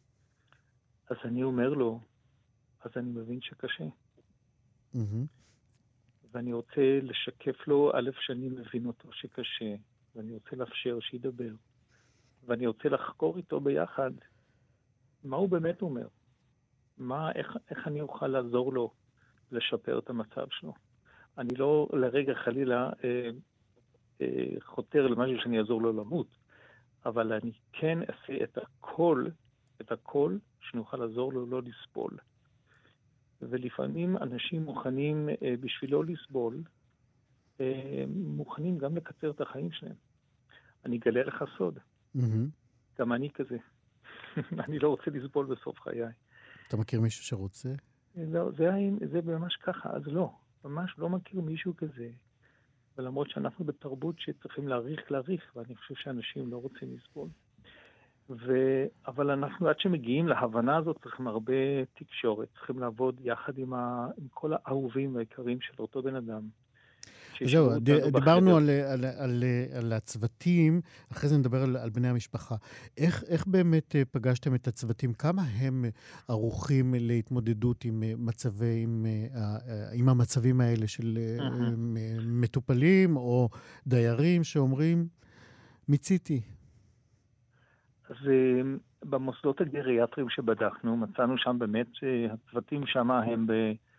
Speaker 8: אז אני אומר לו, אז אני מבין שקשה.
Speaker 2: אהה.
Speaker 8: ואני רוצה לשקף לו, א', שאני מבין אותו שקשה, ואני רוצה לאפשר שידבר, ואני רוצה לחקור איתו ביחד מה הוא באמת אומר, מה, איך, איך אני אוכל לעזור לו לשפר את המצב שלו. אני לא לרגע חלילה אה, אה, חותר למשהו שאני אעזור לו למות, אבל אני כן אעשה את הכל, את הכל שנוכל לעזור לו לא לסבול. ולפעמים אנשים מוכנים, אה, בשביל לא לסבול, אה, מוכנים גם לקצר את החיים שלהם. אני אגלה לך סוד.
Speaker 2: Mm-hmm.
Speaker 8: גם אני כזה. אני לא רוצה לסבול בסוף חיי.
Speaker 2: אתה מכיר מישהו שרוצה?
Speaker 8: לא, זה, זה ממש ככה, אז לא. ממש לא מכיר מישהו כזה. ולמרות שאנחנו בתרבות שצריכים להעריך, להעריך, ואני חושב שאנשים לא רוצים לסבול. ו... אבל אנחנו עד שמגיעים להבנה הזאת צריכים הרבה תקשורת, צריכים לעבוד יחד עם, ה... עם כל האהובים והעיקרים של אותו בן אדם.
Speaker 2: זהו, ד... דיברנו על, על, על, על הצוותים, אחרי זה נדבר על, על בני המשפחה. איך, איך באמת פגשתם את הצוותים? כמה הם ערוכים להתמודדות עם מצבי, עם, עם המצבים האלה של מטופלים או דיירים שאומרים, מיציתי?
Speaker 8: אז במוסדות הגריאטריים שבדקנו, מצאנו שם באמת שהצוותים שם הם ב,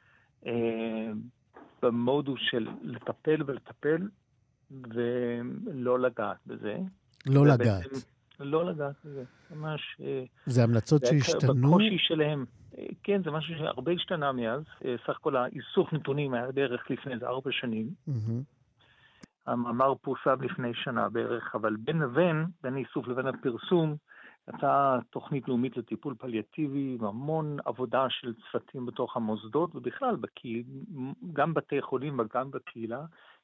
Speaker 8: במודוס של לטפל ולטפל ולא לגעת בזה.
Speaker 2: לא לגעת.
Speaker 8: לא לגעת בזה. ממש...
Speaker 2: זה המלצות שהשתנו?
Speaker 8: בקושי שלהם. כן, זה משהו שהרבה השתנה מאז. סך הכל האיסוף נתונים היה בערך לפני זה ארבע שנים. המאמר פורסם לפני שנה בערך, אבל בין לבין, בין האיסוף לבין הפרסום, יצאה תוכנית לאומית לטיפול פליאטיבי, והמון עבודה של צוותים בתוך המוסדות, ובכלל, בקהיל, גם בתי חולים וגם בקהילה,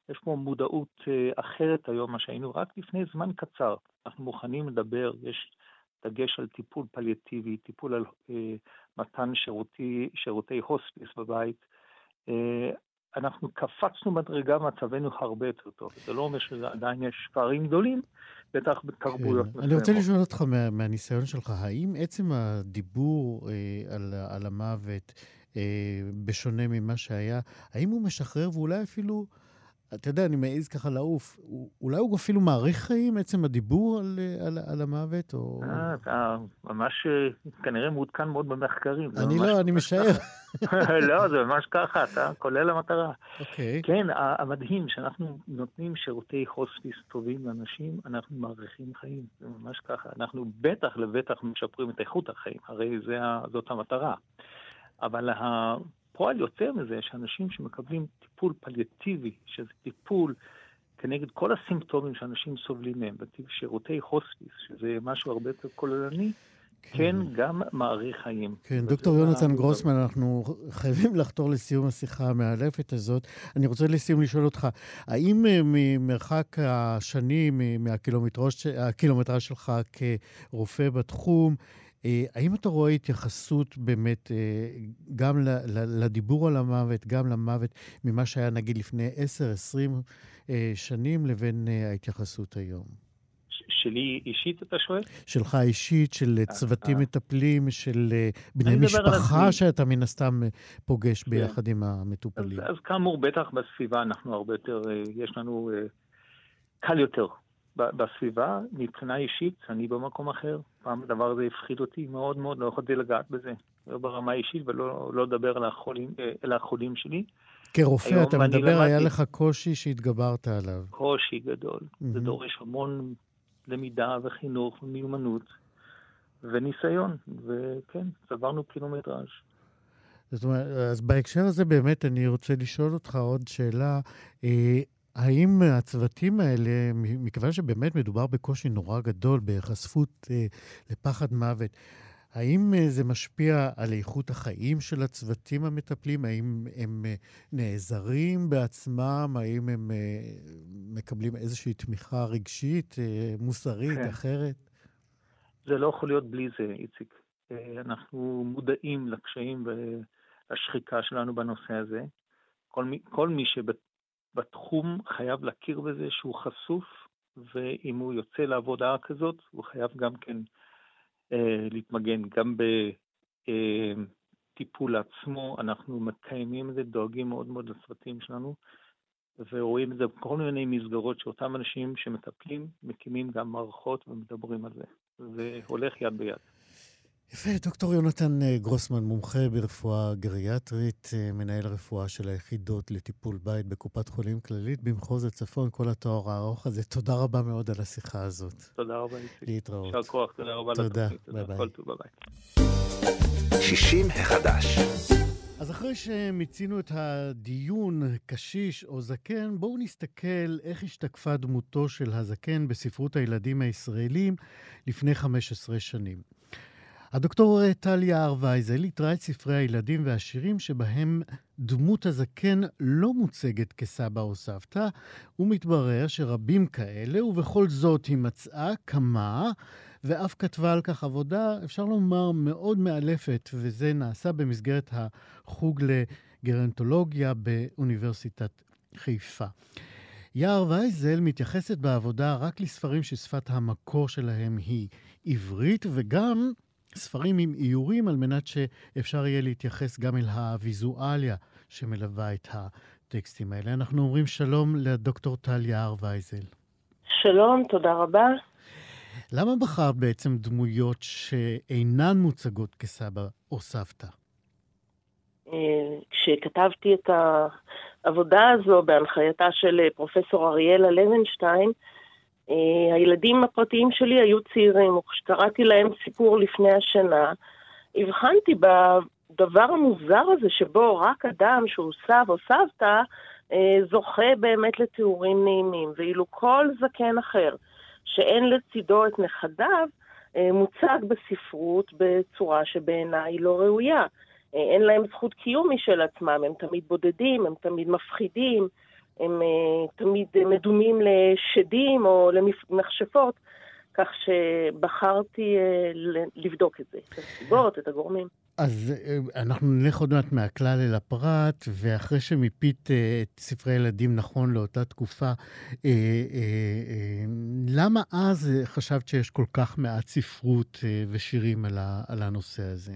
Speaker 8: יש פה מודעות אחרת היום, מה שהיינו רק לפני זמן קצר. אנחנו מוכנים לדבר, יש דגש על טיפול פליאטיבי, טיפול על אה, מתן שירותי, שירותי הוספיס בבית. אה, אנחנו קפצנו מדרגה, מצבנו הרבה יותר טוב. זה לא אומר שעדיין יש פערים גדולים, בטח בתרבויות מסוימות.
Speaker 2: אני רוצה לשאול אותך מה, מהניסיון שלך, האם עצם הדיבור אה, על, על המוות, אה, בשונה ממה שהיה, האם הוא משחרר ואולי אפילו, אתה יודע, אני מעיז ככה לעוף, אולי הוא אפילו מעריך חיים, עצם הדיבור על, על, על המוות? או...
Speaker 8: אה, אתה ממש כנראה מעודכן מאוד במחקרים.
Speaker 2: אני לא, אני משער.
Speaker 8: לא, זה ממש ככה, אתה כולל המטרה.
Speaker 2: אוקיי.
Speaker 8: כן, המדהים שאנחנו נותנים שירותי הוספיס טובים לאנשים, אנחנו מעריכים חיים, זה ממש ככה. אנחנו בטח לבטח משפרים את איכות החיים, הרי זה, זאת המטרה. אבל הפועל יוצא מזה שאנשים שמקבלים טיפול פליאטיבי, שזה טיפול כנגד כל הסימפטומים שאנשים סובלים מהם, שירותי הוספיס, שזה משהו הרבה יותר כוללני, כן, כן גם מעריך חיים.
Speaker 2: כן, דוקטור יונתן גרוסמן, אנחנו חייבים לחתור לסיום השיחה המאלפת הזאת. אני רוצה לסיום לשאול אותך, האם ממרחק השנים, מהקילומטרז' שלך כרופא בתחום, האם אתה רואה התייחסות באמת גם לדיבור על המוות, גם למוות, ממה שהיה נגיד לפני עשר עשרים שנים לבין ההתייחסות היום?
Speaker 8: שלי אישית אתה שואל?
Speaker 2: שלך אישית, של צוותים מטפלים, של בני משפחה שאתה מן הסתם פוגש ביחד עם המטופלים.
Speaker 8: אז כאמור, בטח בסביבה אנחנו הרבה יותר, יש לנו קל יותר בסביבה. מבחינה אישית, אני במקום אחר. פעם הדבר הזה הפחיד אותי מאוד מאוד, לא יכולתי לגעת בזה. לא ברמה אישית ולא לדבר על החולים שלי.
Speaker 2: כרופא, אתה מדבר, היה לך קושי שהתגברת עליו.
Speaker 8: קושי גדול. זה דורש המון למידה וחינוך ומיומנות וניסיון, וכן, צברנו קילומטראז'.
Speaker 2: זאת אומרת, אז בהקשר הזה באמת אני רוצה לשאול אותך עוד שאלה, אה, האם הצוותים האלה, מכיוון שבאמת מדובר בקושי נורא גדול, בחשפות אה, לפחד מוות, האם זה משפיע על איכות החיים של הצוותים המטפלים? האם הם נעזרים בעצמם? האם הם מקבלים איזושהי תמיכה רגשית, מוסרית, כן. אחרת?
Speaker 8: זה לא יכול להיות בלי זה, איציק. אנחנו מודעים לקשיים ולשחיקה שלנו בנושא הזה. כל מי, כל מי שבתחום חייב להכיר בזה שהוא חשוף, ואם הוא יוצא לעבודה כזאת, הוא חייב גם כן להתמגן. גם בטיפול עצמו, אנחנו מקיימים את זה, דואגים מאוד מאוד לצוותים שלנו, ורואים את זה בכל מיני מסגרות שאותם אנשים שמטפלים, מקימים גם מערכות ומדברים על זה. זה הולך יד ביד.
Speaker 2: יפה, דוקטור יונתן גרוסמן, מומחה ברפואה גריאטרית, מנהל רפואה של היחידות לטיפול בית בקופת חולים כללית במחוז הצפון, כל התואר הארוך הזה. תודה רבה מאוד על השיחה הזאת.
Speaker 8: תודה רבה, איציק.
Speaker 2: להתראות.
Speaker 8: יישר כוח, תודה רבה לתוכנית.
Speaker 2: תודה, ביי
Speaker 8: כל טוב, ביי.
Speaker 1: שישים החדש.
Speaker 2: אז אחרי שמיצינו את הדיון קשיש או זקן, בואו נסתכל איך השתקפה דמותו של הזקן בספרות הילדים הישראלים לפני חמש עשרה שנים. הדוקטור טליה הר-וייזל יתרה את ספרי הילדים והשירים שבהם דמות הזקן לא מוצגת כסבא או סבתא, ומתברר שרבים כאלה, ובכל זאת היא מצאה כמה, ואף כתבה על כך עבודה, אפשר לומר מאוד מאלפת, וזה נעשה במסגרת החוג לגרנטולוגיה באוניברסיטת חיפה. יער וייזל מתייחסת בעבודה רק לספרים ששפת המקור שלהם היא עברית, וגם ספרים עם איורים על מנת שאפשר יהיה להתייחס גם אל הוויזואליה שמלווה את הטקסטים האלה. אנחנו אומרים שלום לדוקטור טליה הר-וייזל.
Speaker 9: שלום, תודה רבה.
Speaker 2: למה בחרת בעצם דמויות שאינן מוצגות כסבא או סבתא?
Speaker 9: כשכתבתי את העבודה הזו בהנחייתה של פרופסור אריאלה לוינשטיין, הילדים הפרטיים שלי היו צעירים, וכשקראתי להם סיפור לפני השנה, הבחנתי בדבר המוזר הזה שבו רק אדם שהוא סב או סבתא זוכה באמת לתיאורים נעימים, ואילו כל זקן אחר שאין לצידו את נכדיו מוצג בספרות בצורה שבעיניי לא ראויה. אין להם זכות קיום משל עצמם, הם תמיד בודדים, הם תמיד מפחידים, הם תמיד מדומים לשדים או למכשפות, כך שבחרתי לבדוק את זה, את הסיבות, את הגורמים.
Speaker 2: אז אנחנו נלך עוד מעט מהכלל אל הפרט, ואחרי שמיפית את ספרי ילדים נכון לאותה תקופה, למה אז חשבת שיש כל כך מעט ספרות ושירים על הנושא הזה?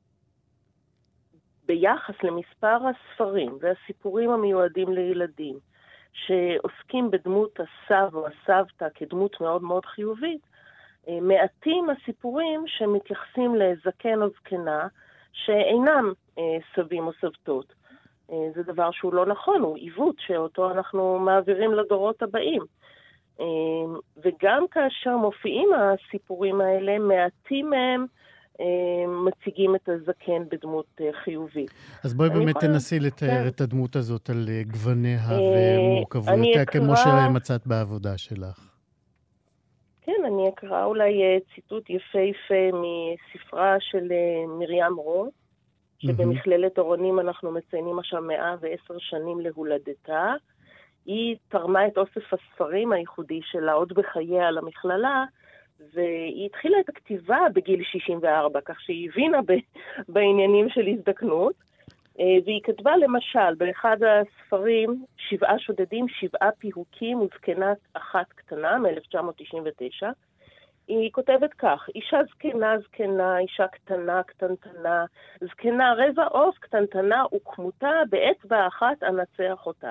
Speaker 9: ביחס למספר הספרים והסיפורים המיועדים לילדים, שעוסקים בדמות הסב או הסבתא כדמות מאוד מאוד חיובית, מעטים הסיפורים שמתייחסים לזקן או זקנה, שאינם סבים או סבתות. זה דבר שהוא לא נכון, הוא עיוות שאותו אנחנו מעבירים לדורות הבאים. וגם כאשר מופיעים הסיפורים האלה, מעטים מהם מציגים את הזקן בדמות חיובית.
Speaker 2: אז בואי באמת תנסי לתאר את הדמות הזאת על גווניה ומורכבויותיה, כמו שמצאת בעבודה שלך.
Speaker 9: כן, אני אקרא אולי ציטוט יפהפה מספרה של מרים רוט, שבמכללת אורנים אנחנו מציינים עכשיו מאה ועשר שנים להולדתה. היא תרמה את אוסף הספרים הייחודי שלה עוד בחייה למכללה, והיא התחילה את הכתיבה בגיל שישים וארבע, כך שהיא הבינה ב- בעניינים של הזדקנות, והיא כתבה למשל באחד הספרים, שבעה שודדים, שבעה פיהוקים וזקנה אחת קטנה, מ-אלף תשע מאות תשעים ותשע, היא כותבת כך: אישה זקנה זקנה, אישה קטנה קטנטנה, זקנה רבע עוף קטנטנה וכמותה, באצבע אחת אנצח אותה.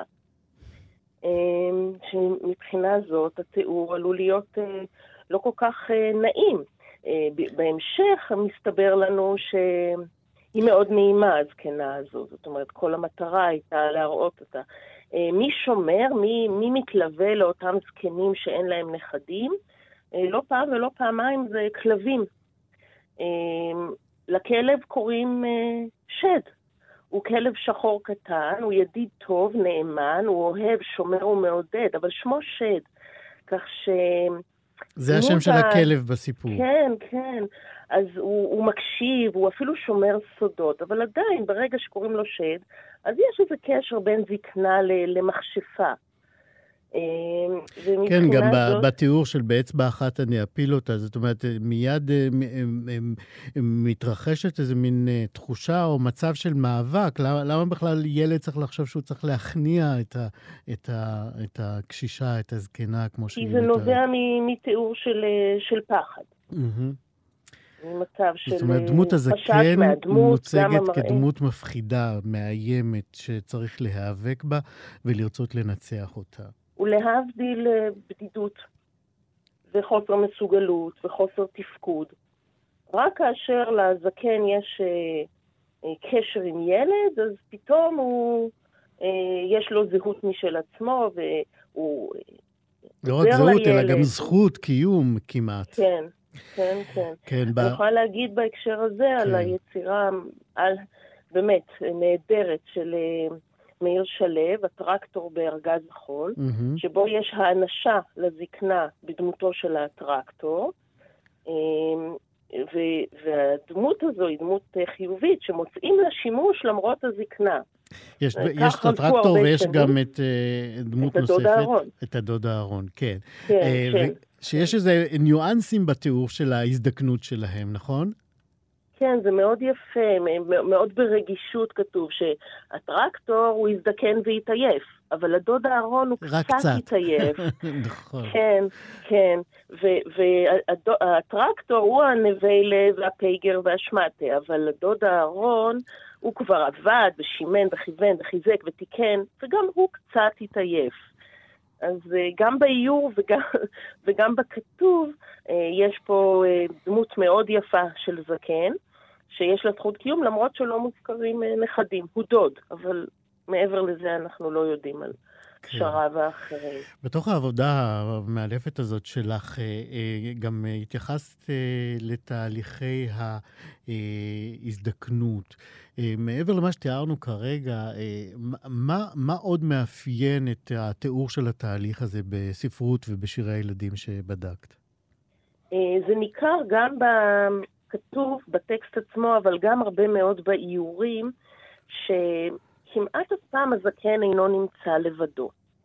Speaker 9: שמבחינה זאת התיאור עלול להיות לא כל כך נעים. בהמשך מסתבר לנו שהיא מאוד נעימה, הזקנה הזו. זאת אומרת, כל המטרה הייתה להראות אותה. מי שומר, מי, מי מתלווה לאותם זקנים שאין להם נכדים, לא פעם ולא פעמיים זה כלבים. לכלב קוראים שד. הוא כלב שחור קטן, הוא ידיד טוב, נאמן, הוא אוהב, שומר ומעודד, אבל שמו שד. כך ש...
Speaker 2: זה השם של הכלב בסיפור.
Speaker 9: כן, כן. אז הוא, הוא מקשיב, הוא אפילו שומר סודות, אבל עדיין, ברגע שקוראים לו שד, אז יש איזה קשר בין זקנה למכשפה.
Speaker 2: כן, גם זאת... בתיאור של באצבע אחת אני אפיל אותה, זאת אומרת, מיד מתרחשת איזה מין תחושה או מצב של מאבק. למה, למה בכלל ילד צריך לחשוב שהוא צריך להכניע את, ה, את, ה, את הקשישה, את הזקנה, כמו שהיא
Speaker 9: מתארת? כי זה נובע מתיאור של, של פחד. ממצב של
Speaker 2: זאת אומרת, דמות הזקן מוצגת כדמות מפחידה, מאיימת, שצריך להיאבק בה ולרצות לנצח אותה.
Speaker 9: ולהבדיל בדידות וחוסר מסוגלות וחוסר תפקוד. רק כאשר לזקן יש קשר עם ילד, אז פתאום הוא, יש לו זהות משל עצמו, והוא...
Speaker 2: לא רק זהות, לילד. אלא גם זכות, קיום כמעט.
Speaker 9: כן, כן, כן. כן אני ב... יכולה להגיד בהקשר הזה כן. על היצירה, על באמת נהדרת של... מאיר שלב, הטרקטור בארגז החול, mm-hmm. שבו יש האנשה לזקנה בדמותו של הטרקטור, ו- והדמות הזו היא דמות חיובית, שמוצאים לה שימוש למרות הזקנה.
Speaker 2: יש, יש את הטרקטור ויש שנים. גם את uh, דמות
Speaker 9: את
Speaker 2: נוספת.
Speaker 9: הדוד הארון.
Speaker 2: את הדוד הארון, כן.
Speaker 9: כן,
Speaker 2: uh,
Speaker 9: כן.
Speaker 2: שיש איזה ניואנסים בתיאור של ההזדקנות שלהם, נכון?
Speaker 9: כן, זה מאוד יפה, מאוד ברגישות כתוב שהטרקטור הוא יזדקן ויתעייף, אבל הדוד הארון הוא קצת יתעייף.
Speaker 2: נכון.
Speaker 9: כן, כן, והטרקטור הוא הנבלה והפייגר והשמטה, אבל הדוד הארון הוא כבר עבד ושימן וכיוון וחיזק ותיקן, וגם הוא קצת יתעייף. אז גם באיור וגם, וגם בכתוב יש פה דמות מאוד יפה של זקן, שיש לה זכות קיום, למרות שלא מוזכרים נכדים. הוא דוד, אבל מעבר לזה אנחנו לא יודעים על כן. שרה ואחרים.
Speaker 2: בתוך העבודה המאלפת הזאת שלך, גם התייחסת לתהליכי ההזדקנות. מעבר למה שתיארנו כרגע, מה, מה עוד מאפיין את התיאור של התהליך הזה בספרות ובשירי הילדים שבדקת?
Speaker 9: זה ניכר גם בכתוב, בטקסט עצמו, אבל גם הרבה מאוד באיורים, שכמעט אף פעם הזקן אינו נמצא לבדו.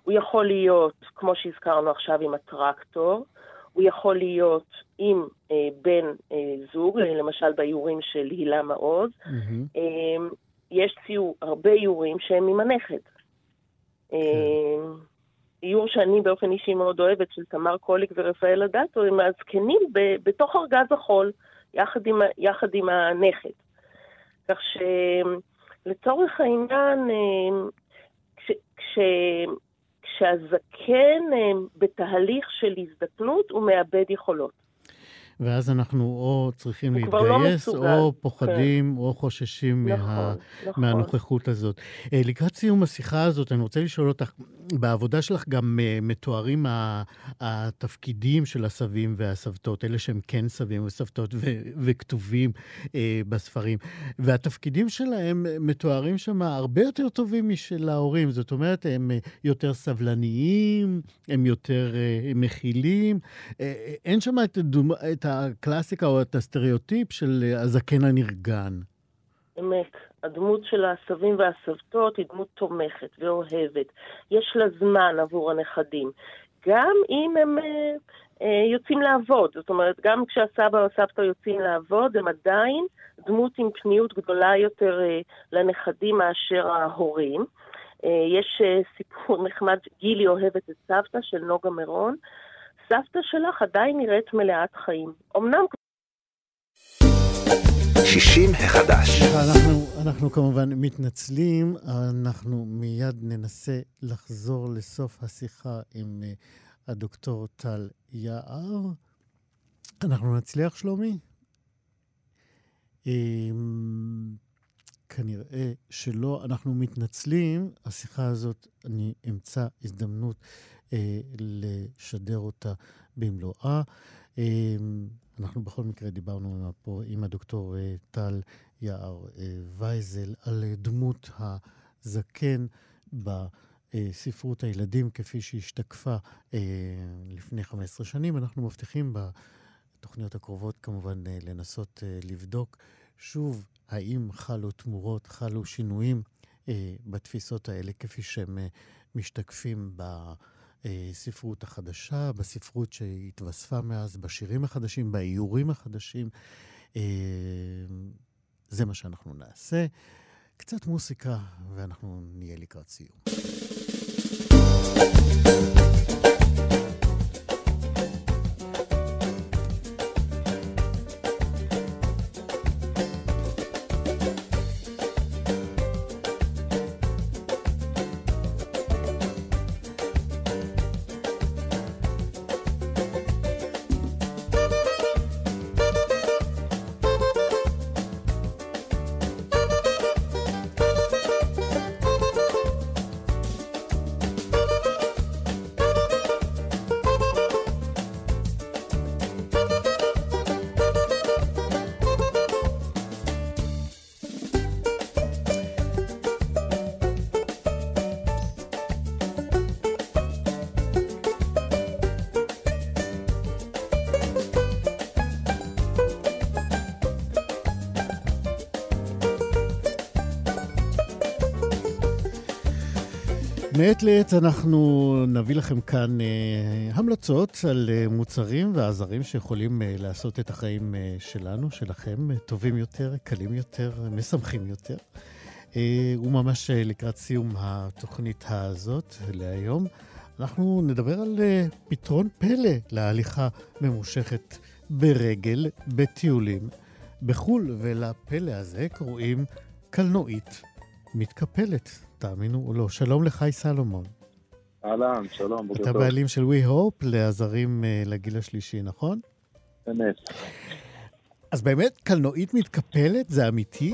Speaker 9: הוא יכול להיות, כמו שהזכרנו עכשיו, עם הטרקטור, הוא יכול להיות עם אה, בן אה, זוג, למשל באיורים של הילה מעוז. Mm-hmm. אה, יש ציור, הרבה איורים שהם עם הנכד. אה, איור שאני באופן אישי מאוד אוהבת, של תמר קוליק ורפאל אדטו, הם הזקנים ב, בתוך ארגז החול, יחד עם, יחד עם הנכד. כך שלצורך העניין, כש, כש, כשהזקן בתהליך של הזדקנות, הוא מאבד יכולות.
Speaker 2: ואז אנחנו או צריכים להתגייס, לא או פוחדים, כן. או חוששים נכון, מה, נכון. מהנוכחות הזאת. לקראת סיום השיחה הזאת, אני רוצה לשאול אותך, בעבודה שלך גם מתוארים התפקידים של הסבים והסבתות, אלה שהם כן סבים וסבתות ו- וכתובים אה, בספרים, והתפקידים שלהם מתוארים שם הרבה יותר טובים משל ההורים, זאת אומרת, הם יותר סבלניים, הם יותר אה, מכילים, אה, אין שם את, דומ... את הקלאסיקה או את הסטריאוטיפ של הזקן הנרגן.
Speaker 9: אמת. הדמות של הסבים והסבתות היא דמות תומכת ואוהבת. יש לה זמן עבור הנכדים. גם אם הם אה, אה, יוצאים לעבוד. זאת אומרת, גם כשהסבא או הסבתא יוצאים לעבוד, הם עדיין דמות עם פניות גדולה יותר אה, לנכדים מאשר ההורים. אה, יש אה, סיפור נחמד, גילי אוהבת את סבתא של נוגה מירון. סבתא שלך עדיין נראית מלאת חיים. אמנם
Speaker 1: שישים החדש.
Speaker 2: אנחנו, אנחנו כמובן מתנצלים, אנחנו מיד ננסה לחזור לסוף השיחה עם uh, הדוקטור טל יער. אנחנו נצליח, שלומי? Um, כנראה שלא, אנחנו מתנצלים. השיחה הזאת, אני אמצא הזדמנות uh, לשדר אותה במלואה. Um, אנחנו בכל מקרה דיברנו פה עם הדוקטור טל יער וייזל על דמות הזקן בספרות הילדים כפי שהשתקפה לפני חמש עשרה שנים. אנחנו מבטיחים בתוכניות הקרובות כמובן לנסות לבדוק שוב האם חלו תמורות, חלו שינויים בתפיסות האלה כפי שהם משתקפים ב... ספרות החדשה, בספרות שהתווספה מאז, בשירים החדשים, באיורים החדשים. זה מה שאנחנו נעשה. קצת מוסיקה, ואנחנו נהיה לקראת סיום. מעת לעת אנחנו נביא לכם כאן אה, המלצות על אה, מוצרים ועזרים שיכולים אה, לעשות את החיים אה, שלנו, שלכם, אה, טובים יותר, קלים יותר, משמחים יותר. אה, וממש אה, לקראת סיום התוכנית הזאת להיום, אנחנו נדבר על אה, פתרון פלא להליכה ממושכת ברגל, בטיולים, בחול, ולפלא הזה קוראים קלנועית מתקפלת. תאמינו או לא. שלום לחי סלומון.
Speaker 10: אהלן, שלום.
Speaker 2: אתה בעלים של We Hope לעזרים uh, לגיל השלישי, נכון?
Speaker 10: באמת.
Speaker 2: אז באמת, קלנועית מתקפלת, זה אמיתי?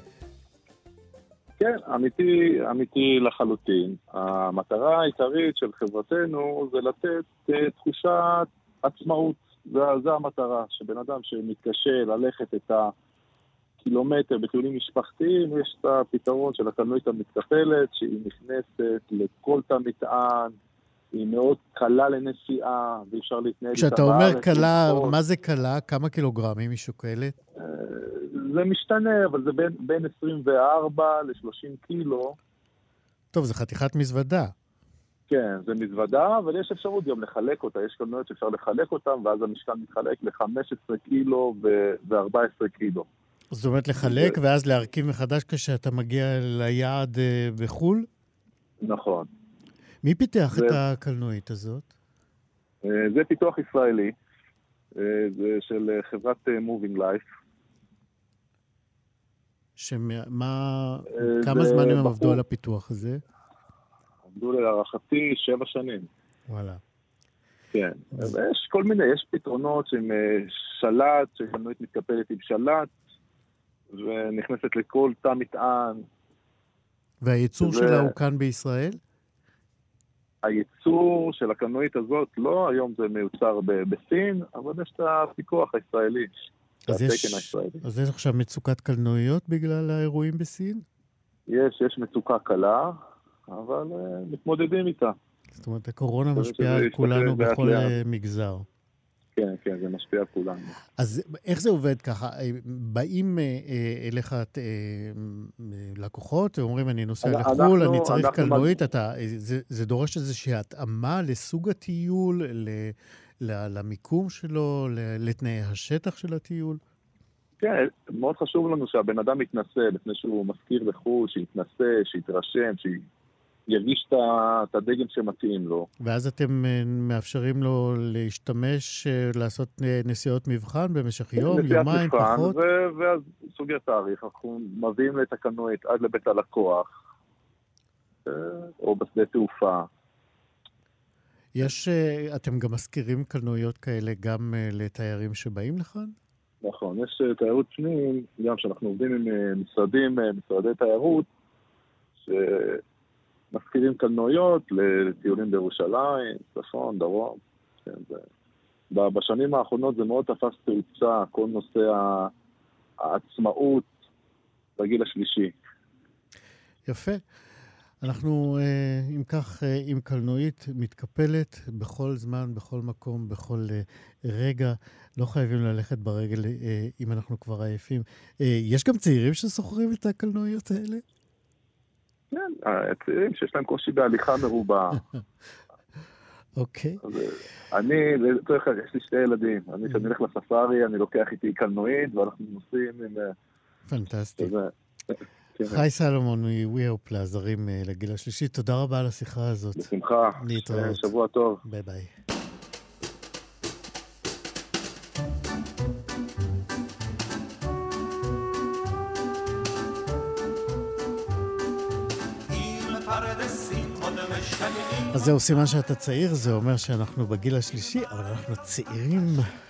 Speaker 10: כן, אמיתי, אמיתי לחלוטין. המטרה העיקרית של חברתנו זה לתת uh, תחושת עצמאות. זה, זה המטרה, שבן אדם שמתקשה ללכת את ה... קילומטר בטיולים משפחתיים, יש את הפתרון של הקלנועית המתקפלת, שהיא נכנסת לכל תא מטען, היא מאוד קלה לנסיעה, ואי אפשר להתנהל איתה בארץ.
Speaker 2: כשאתה אומר קלה, מה זה קלה? כמה קילוגרמים היא שוקלת?
Speaker 10: זה משתנה, אבל זה בין, בין עשרים וארבע ל-שלושים קילו.
Speaker 2: טוב, זה חתיכת מזוודה.
Speaker 10: כן, זה מזוודה, אבל יש אפשרות גם לחלק אותה, יש קלנועיות שאפשר לחלק אותם, ואז המשקל מתחלק ל-חמש עשרה קילו ו-ארבע עשרה קילו.
Speaker 2: זאת אומרת לחלק ואז להרכיב מחדש כשאתה מגיע ליעד בחול?
Speaker 10: נכון.
Speaker 2: מי פיתח את הקלנועית הזאת?
Speaker 10: זה פיתוח ישראלי, זה של חברת Moving Life.
Speaker 2: שמה, כמה זמן הם עבדו על הפיתוח הזה?
Speaker 10: עבדו להערכתי שבע שנים.
Speaker 2: וואלה.
Speaker 10: כן, יש כל מיני, יש פתרונות עם שלט, שקלנועית מתקפלת עם שלט, ונכנסת לכל תא מטען.
Speaker 2: והייצור ו... שלה הוא כאן בישראל?
Speaker 10: הייצור של הקלנועית הזאת לא, היום זה מיוצר ב- בסין, אבל יש את הפיקוח הישראלי.
Speaker 2: אז יש, אז יש עכשיו מצוקת קלנועיות בגלל האירועים בסין?
Speaker 10: יש, יש מצוקה קלה, אבל uh, מתמודדים איתה.
Speaker 2: זאת אומרת, הקורונה משפיעה על כולנו בכל מגזר.
Speaker 10: כן, כן, זה משפיע על כולנו.
Speaker 2: אז איך זה עובד ככה? באים אליך לקוחות ואומרים, אני נוסע לחול, אני צריך קלנועית, זה דורש איזושהי התאמה לסוג הטיול, למיקום שלו, לתנאי השטח של הטיול?
Speaker 10: כן, מאוד חשוב לנו שהבן אדם יתנסה, לפני שהוא מזכיר לחול, שיתנסה, שיתרשם, שירגיש את הדגם שמתאים לו.
Speaker 2: ואז אתם מאפשרים לו להשתמש, לעשות נסיעות מבחן במשך יום, יומיים, פחות?
Speaker 10: ואז סוגר תאריך, אנחנו מביאים את הקלנועית עד לבית הלקוח, או בשדה תעופה.
Speaker 2: יש, אתם גם מזכירים קלנועיות כאלה גם לתיירים שבאים לכאן?
Speaker 10: נכון, יש תיירות פנים, גם שאנחנו עובדים עם משרדים, משרדי תיירות, שמזכירים קלנועיות לטיולים בירושלים, צפון, דרום. כן, זה... בשנים האחרונות זה מאוד תפס תאוצה, כל נושא העצמאות בגיל השלישי.
Speaker 2: יפה. אנחנו, אם כך, עם קלנועית מתקפלת בכל זמן, בכל מקום, בכל רגע. לא חייבים ללכת ברגל אם אנחנו כבר עייפים. יש גם צעירים שסוחרים את הקלנועיות האלה?
Speaker 10: כן, הצעירים שיש להם קושי בהליכה מרובה.
Speaker 2: אוקיי.
Speaker 10: אני, יש לי שתי ילדים. אני, כשאני הולך לספארי, אני לוקח איתי קלנועית, ואנחנו נוסעים עם...
Speaker 2: פנטסטי. חי סלומון מוויאו פלאזרים לגיל השלישי, תודה רבה על השיחה הזאת.
Speaker 10: בשמחה,
Speaker 2: להתראות.
Speaker 10: שבוע טוב.
Speaker 2: ביי ביי. אז זהו סימן שאתה צעיר, זה אומר שאנחנו בגיל השלישי, אבל אנחנו צעירים.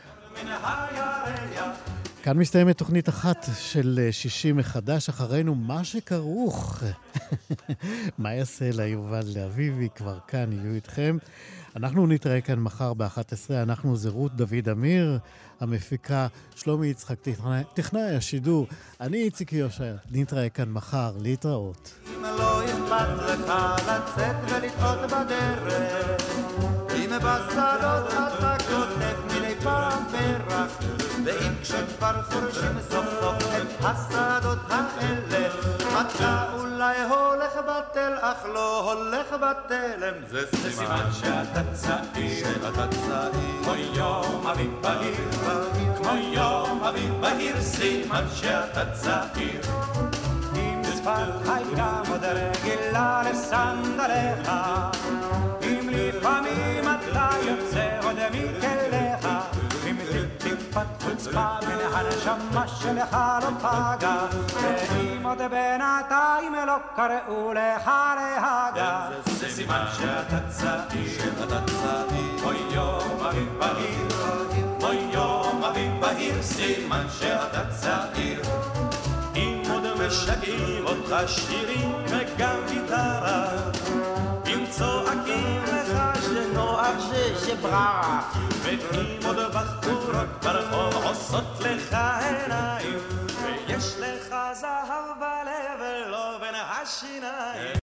Speaker 2: כאן מסתיימת תוכנית אחת של שישי מחדש, אחרינו מה שכרוך. מה יעשה ליובל לאביבי, כבר כאן, יהיו איתכם. אנחנו נתראה כאן מחר ב-אחת עשרה, אנחנו זה רות דוד אמיר, המפיקה שלומי יצחק, טכנאי השידור, אני איציק יושע, נתראה כאן מחר, להתראות.
Speaker 6: אם לא אכפת לך לצאת ולטעות בדרך, אם בשדות אתה כותב מילי פעם פרח, ואם כשכבר חורשים סוף סוף את השדות האלה, אתה אולי הולך בטל, אך לא הולך בתלם. זה סימן שאתה צעיר, שאתה צעיר, כמו יום אביב בהיר, כמו יום אביב בהיר, סימן שאתה צעיר. אם שפת הייתה עוד רגילה לסנדליך, אם לפעמים אתה יוצא עוד מכליך, אם טיפת חוצפה מן הנשמה שלך לא פגע, ואם עוד בינתיים לא קראו לך להגע, זה סימן שאתה צעיר, שאתה צעיר, כמו יום אביב בהיר, כמו יום אביב בהיר, סימן שאתה צעיר. אם עוד משגעים אותך שירים וגם גיטרה, אם צועקים לך שנוח ששבררה, ואם עוד בחורות ברחוב עושות לך עיניים, ויש לך זהב בלב ולא בין השיניים.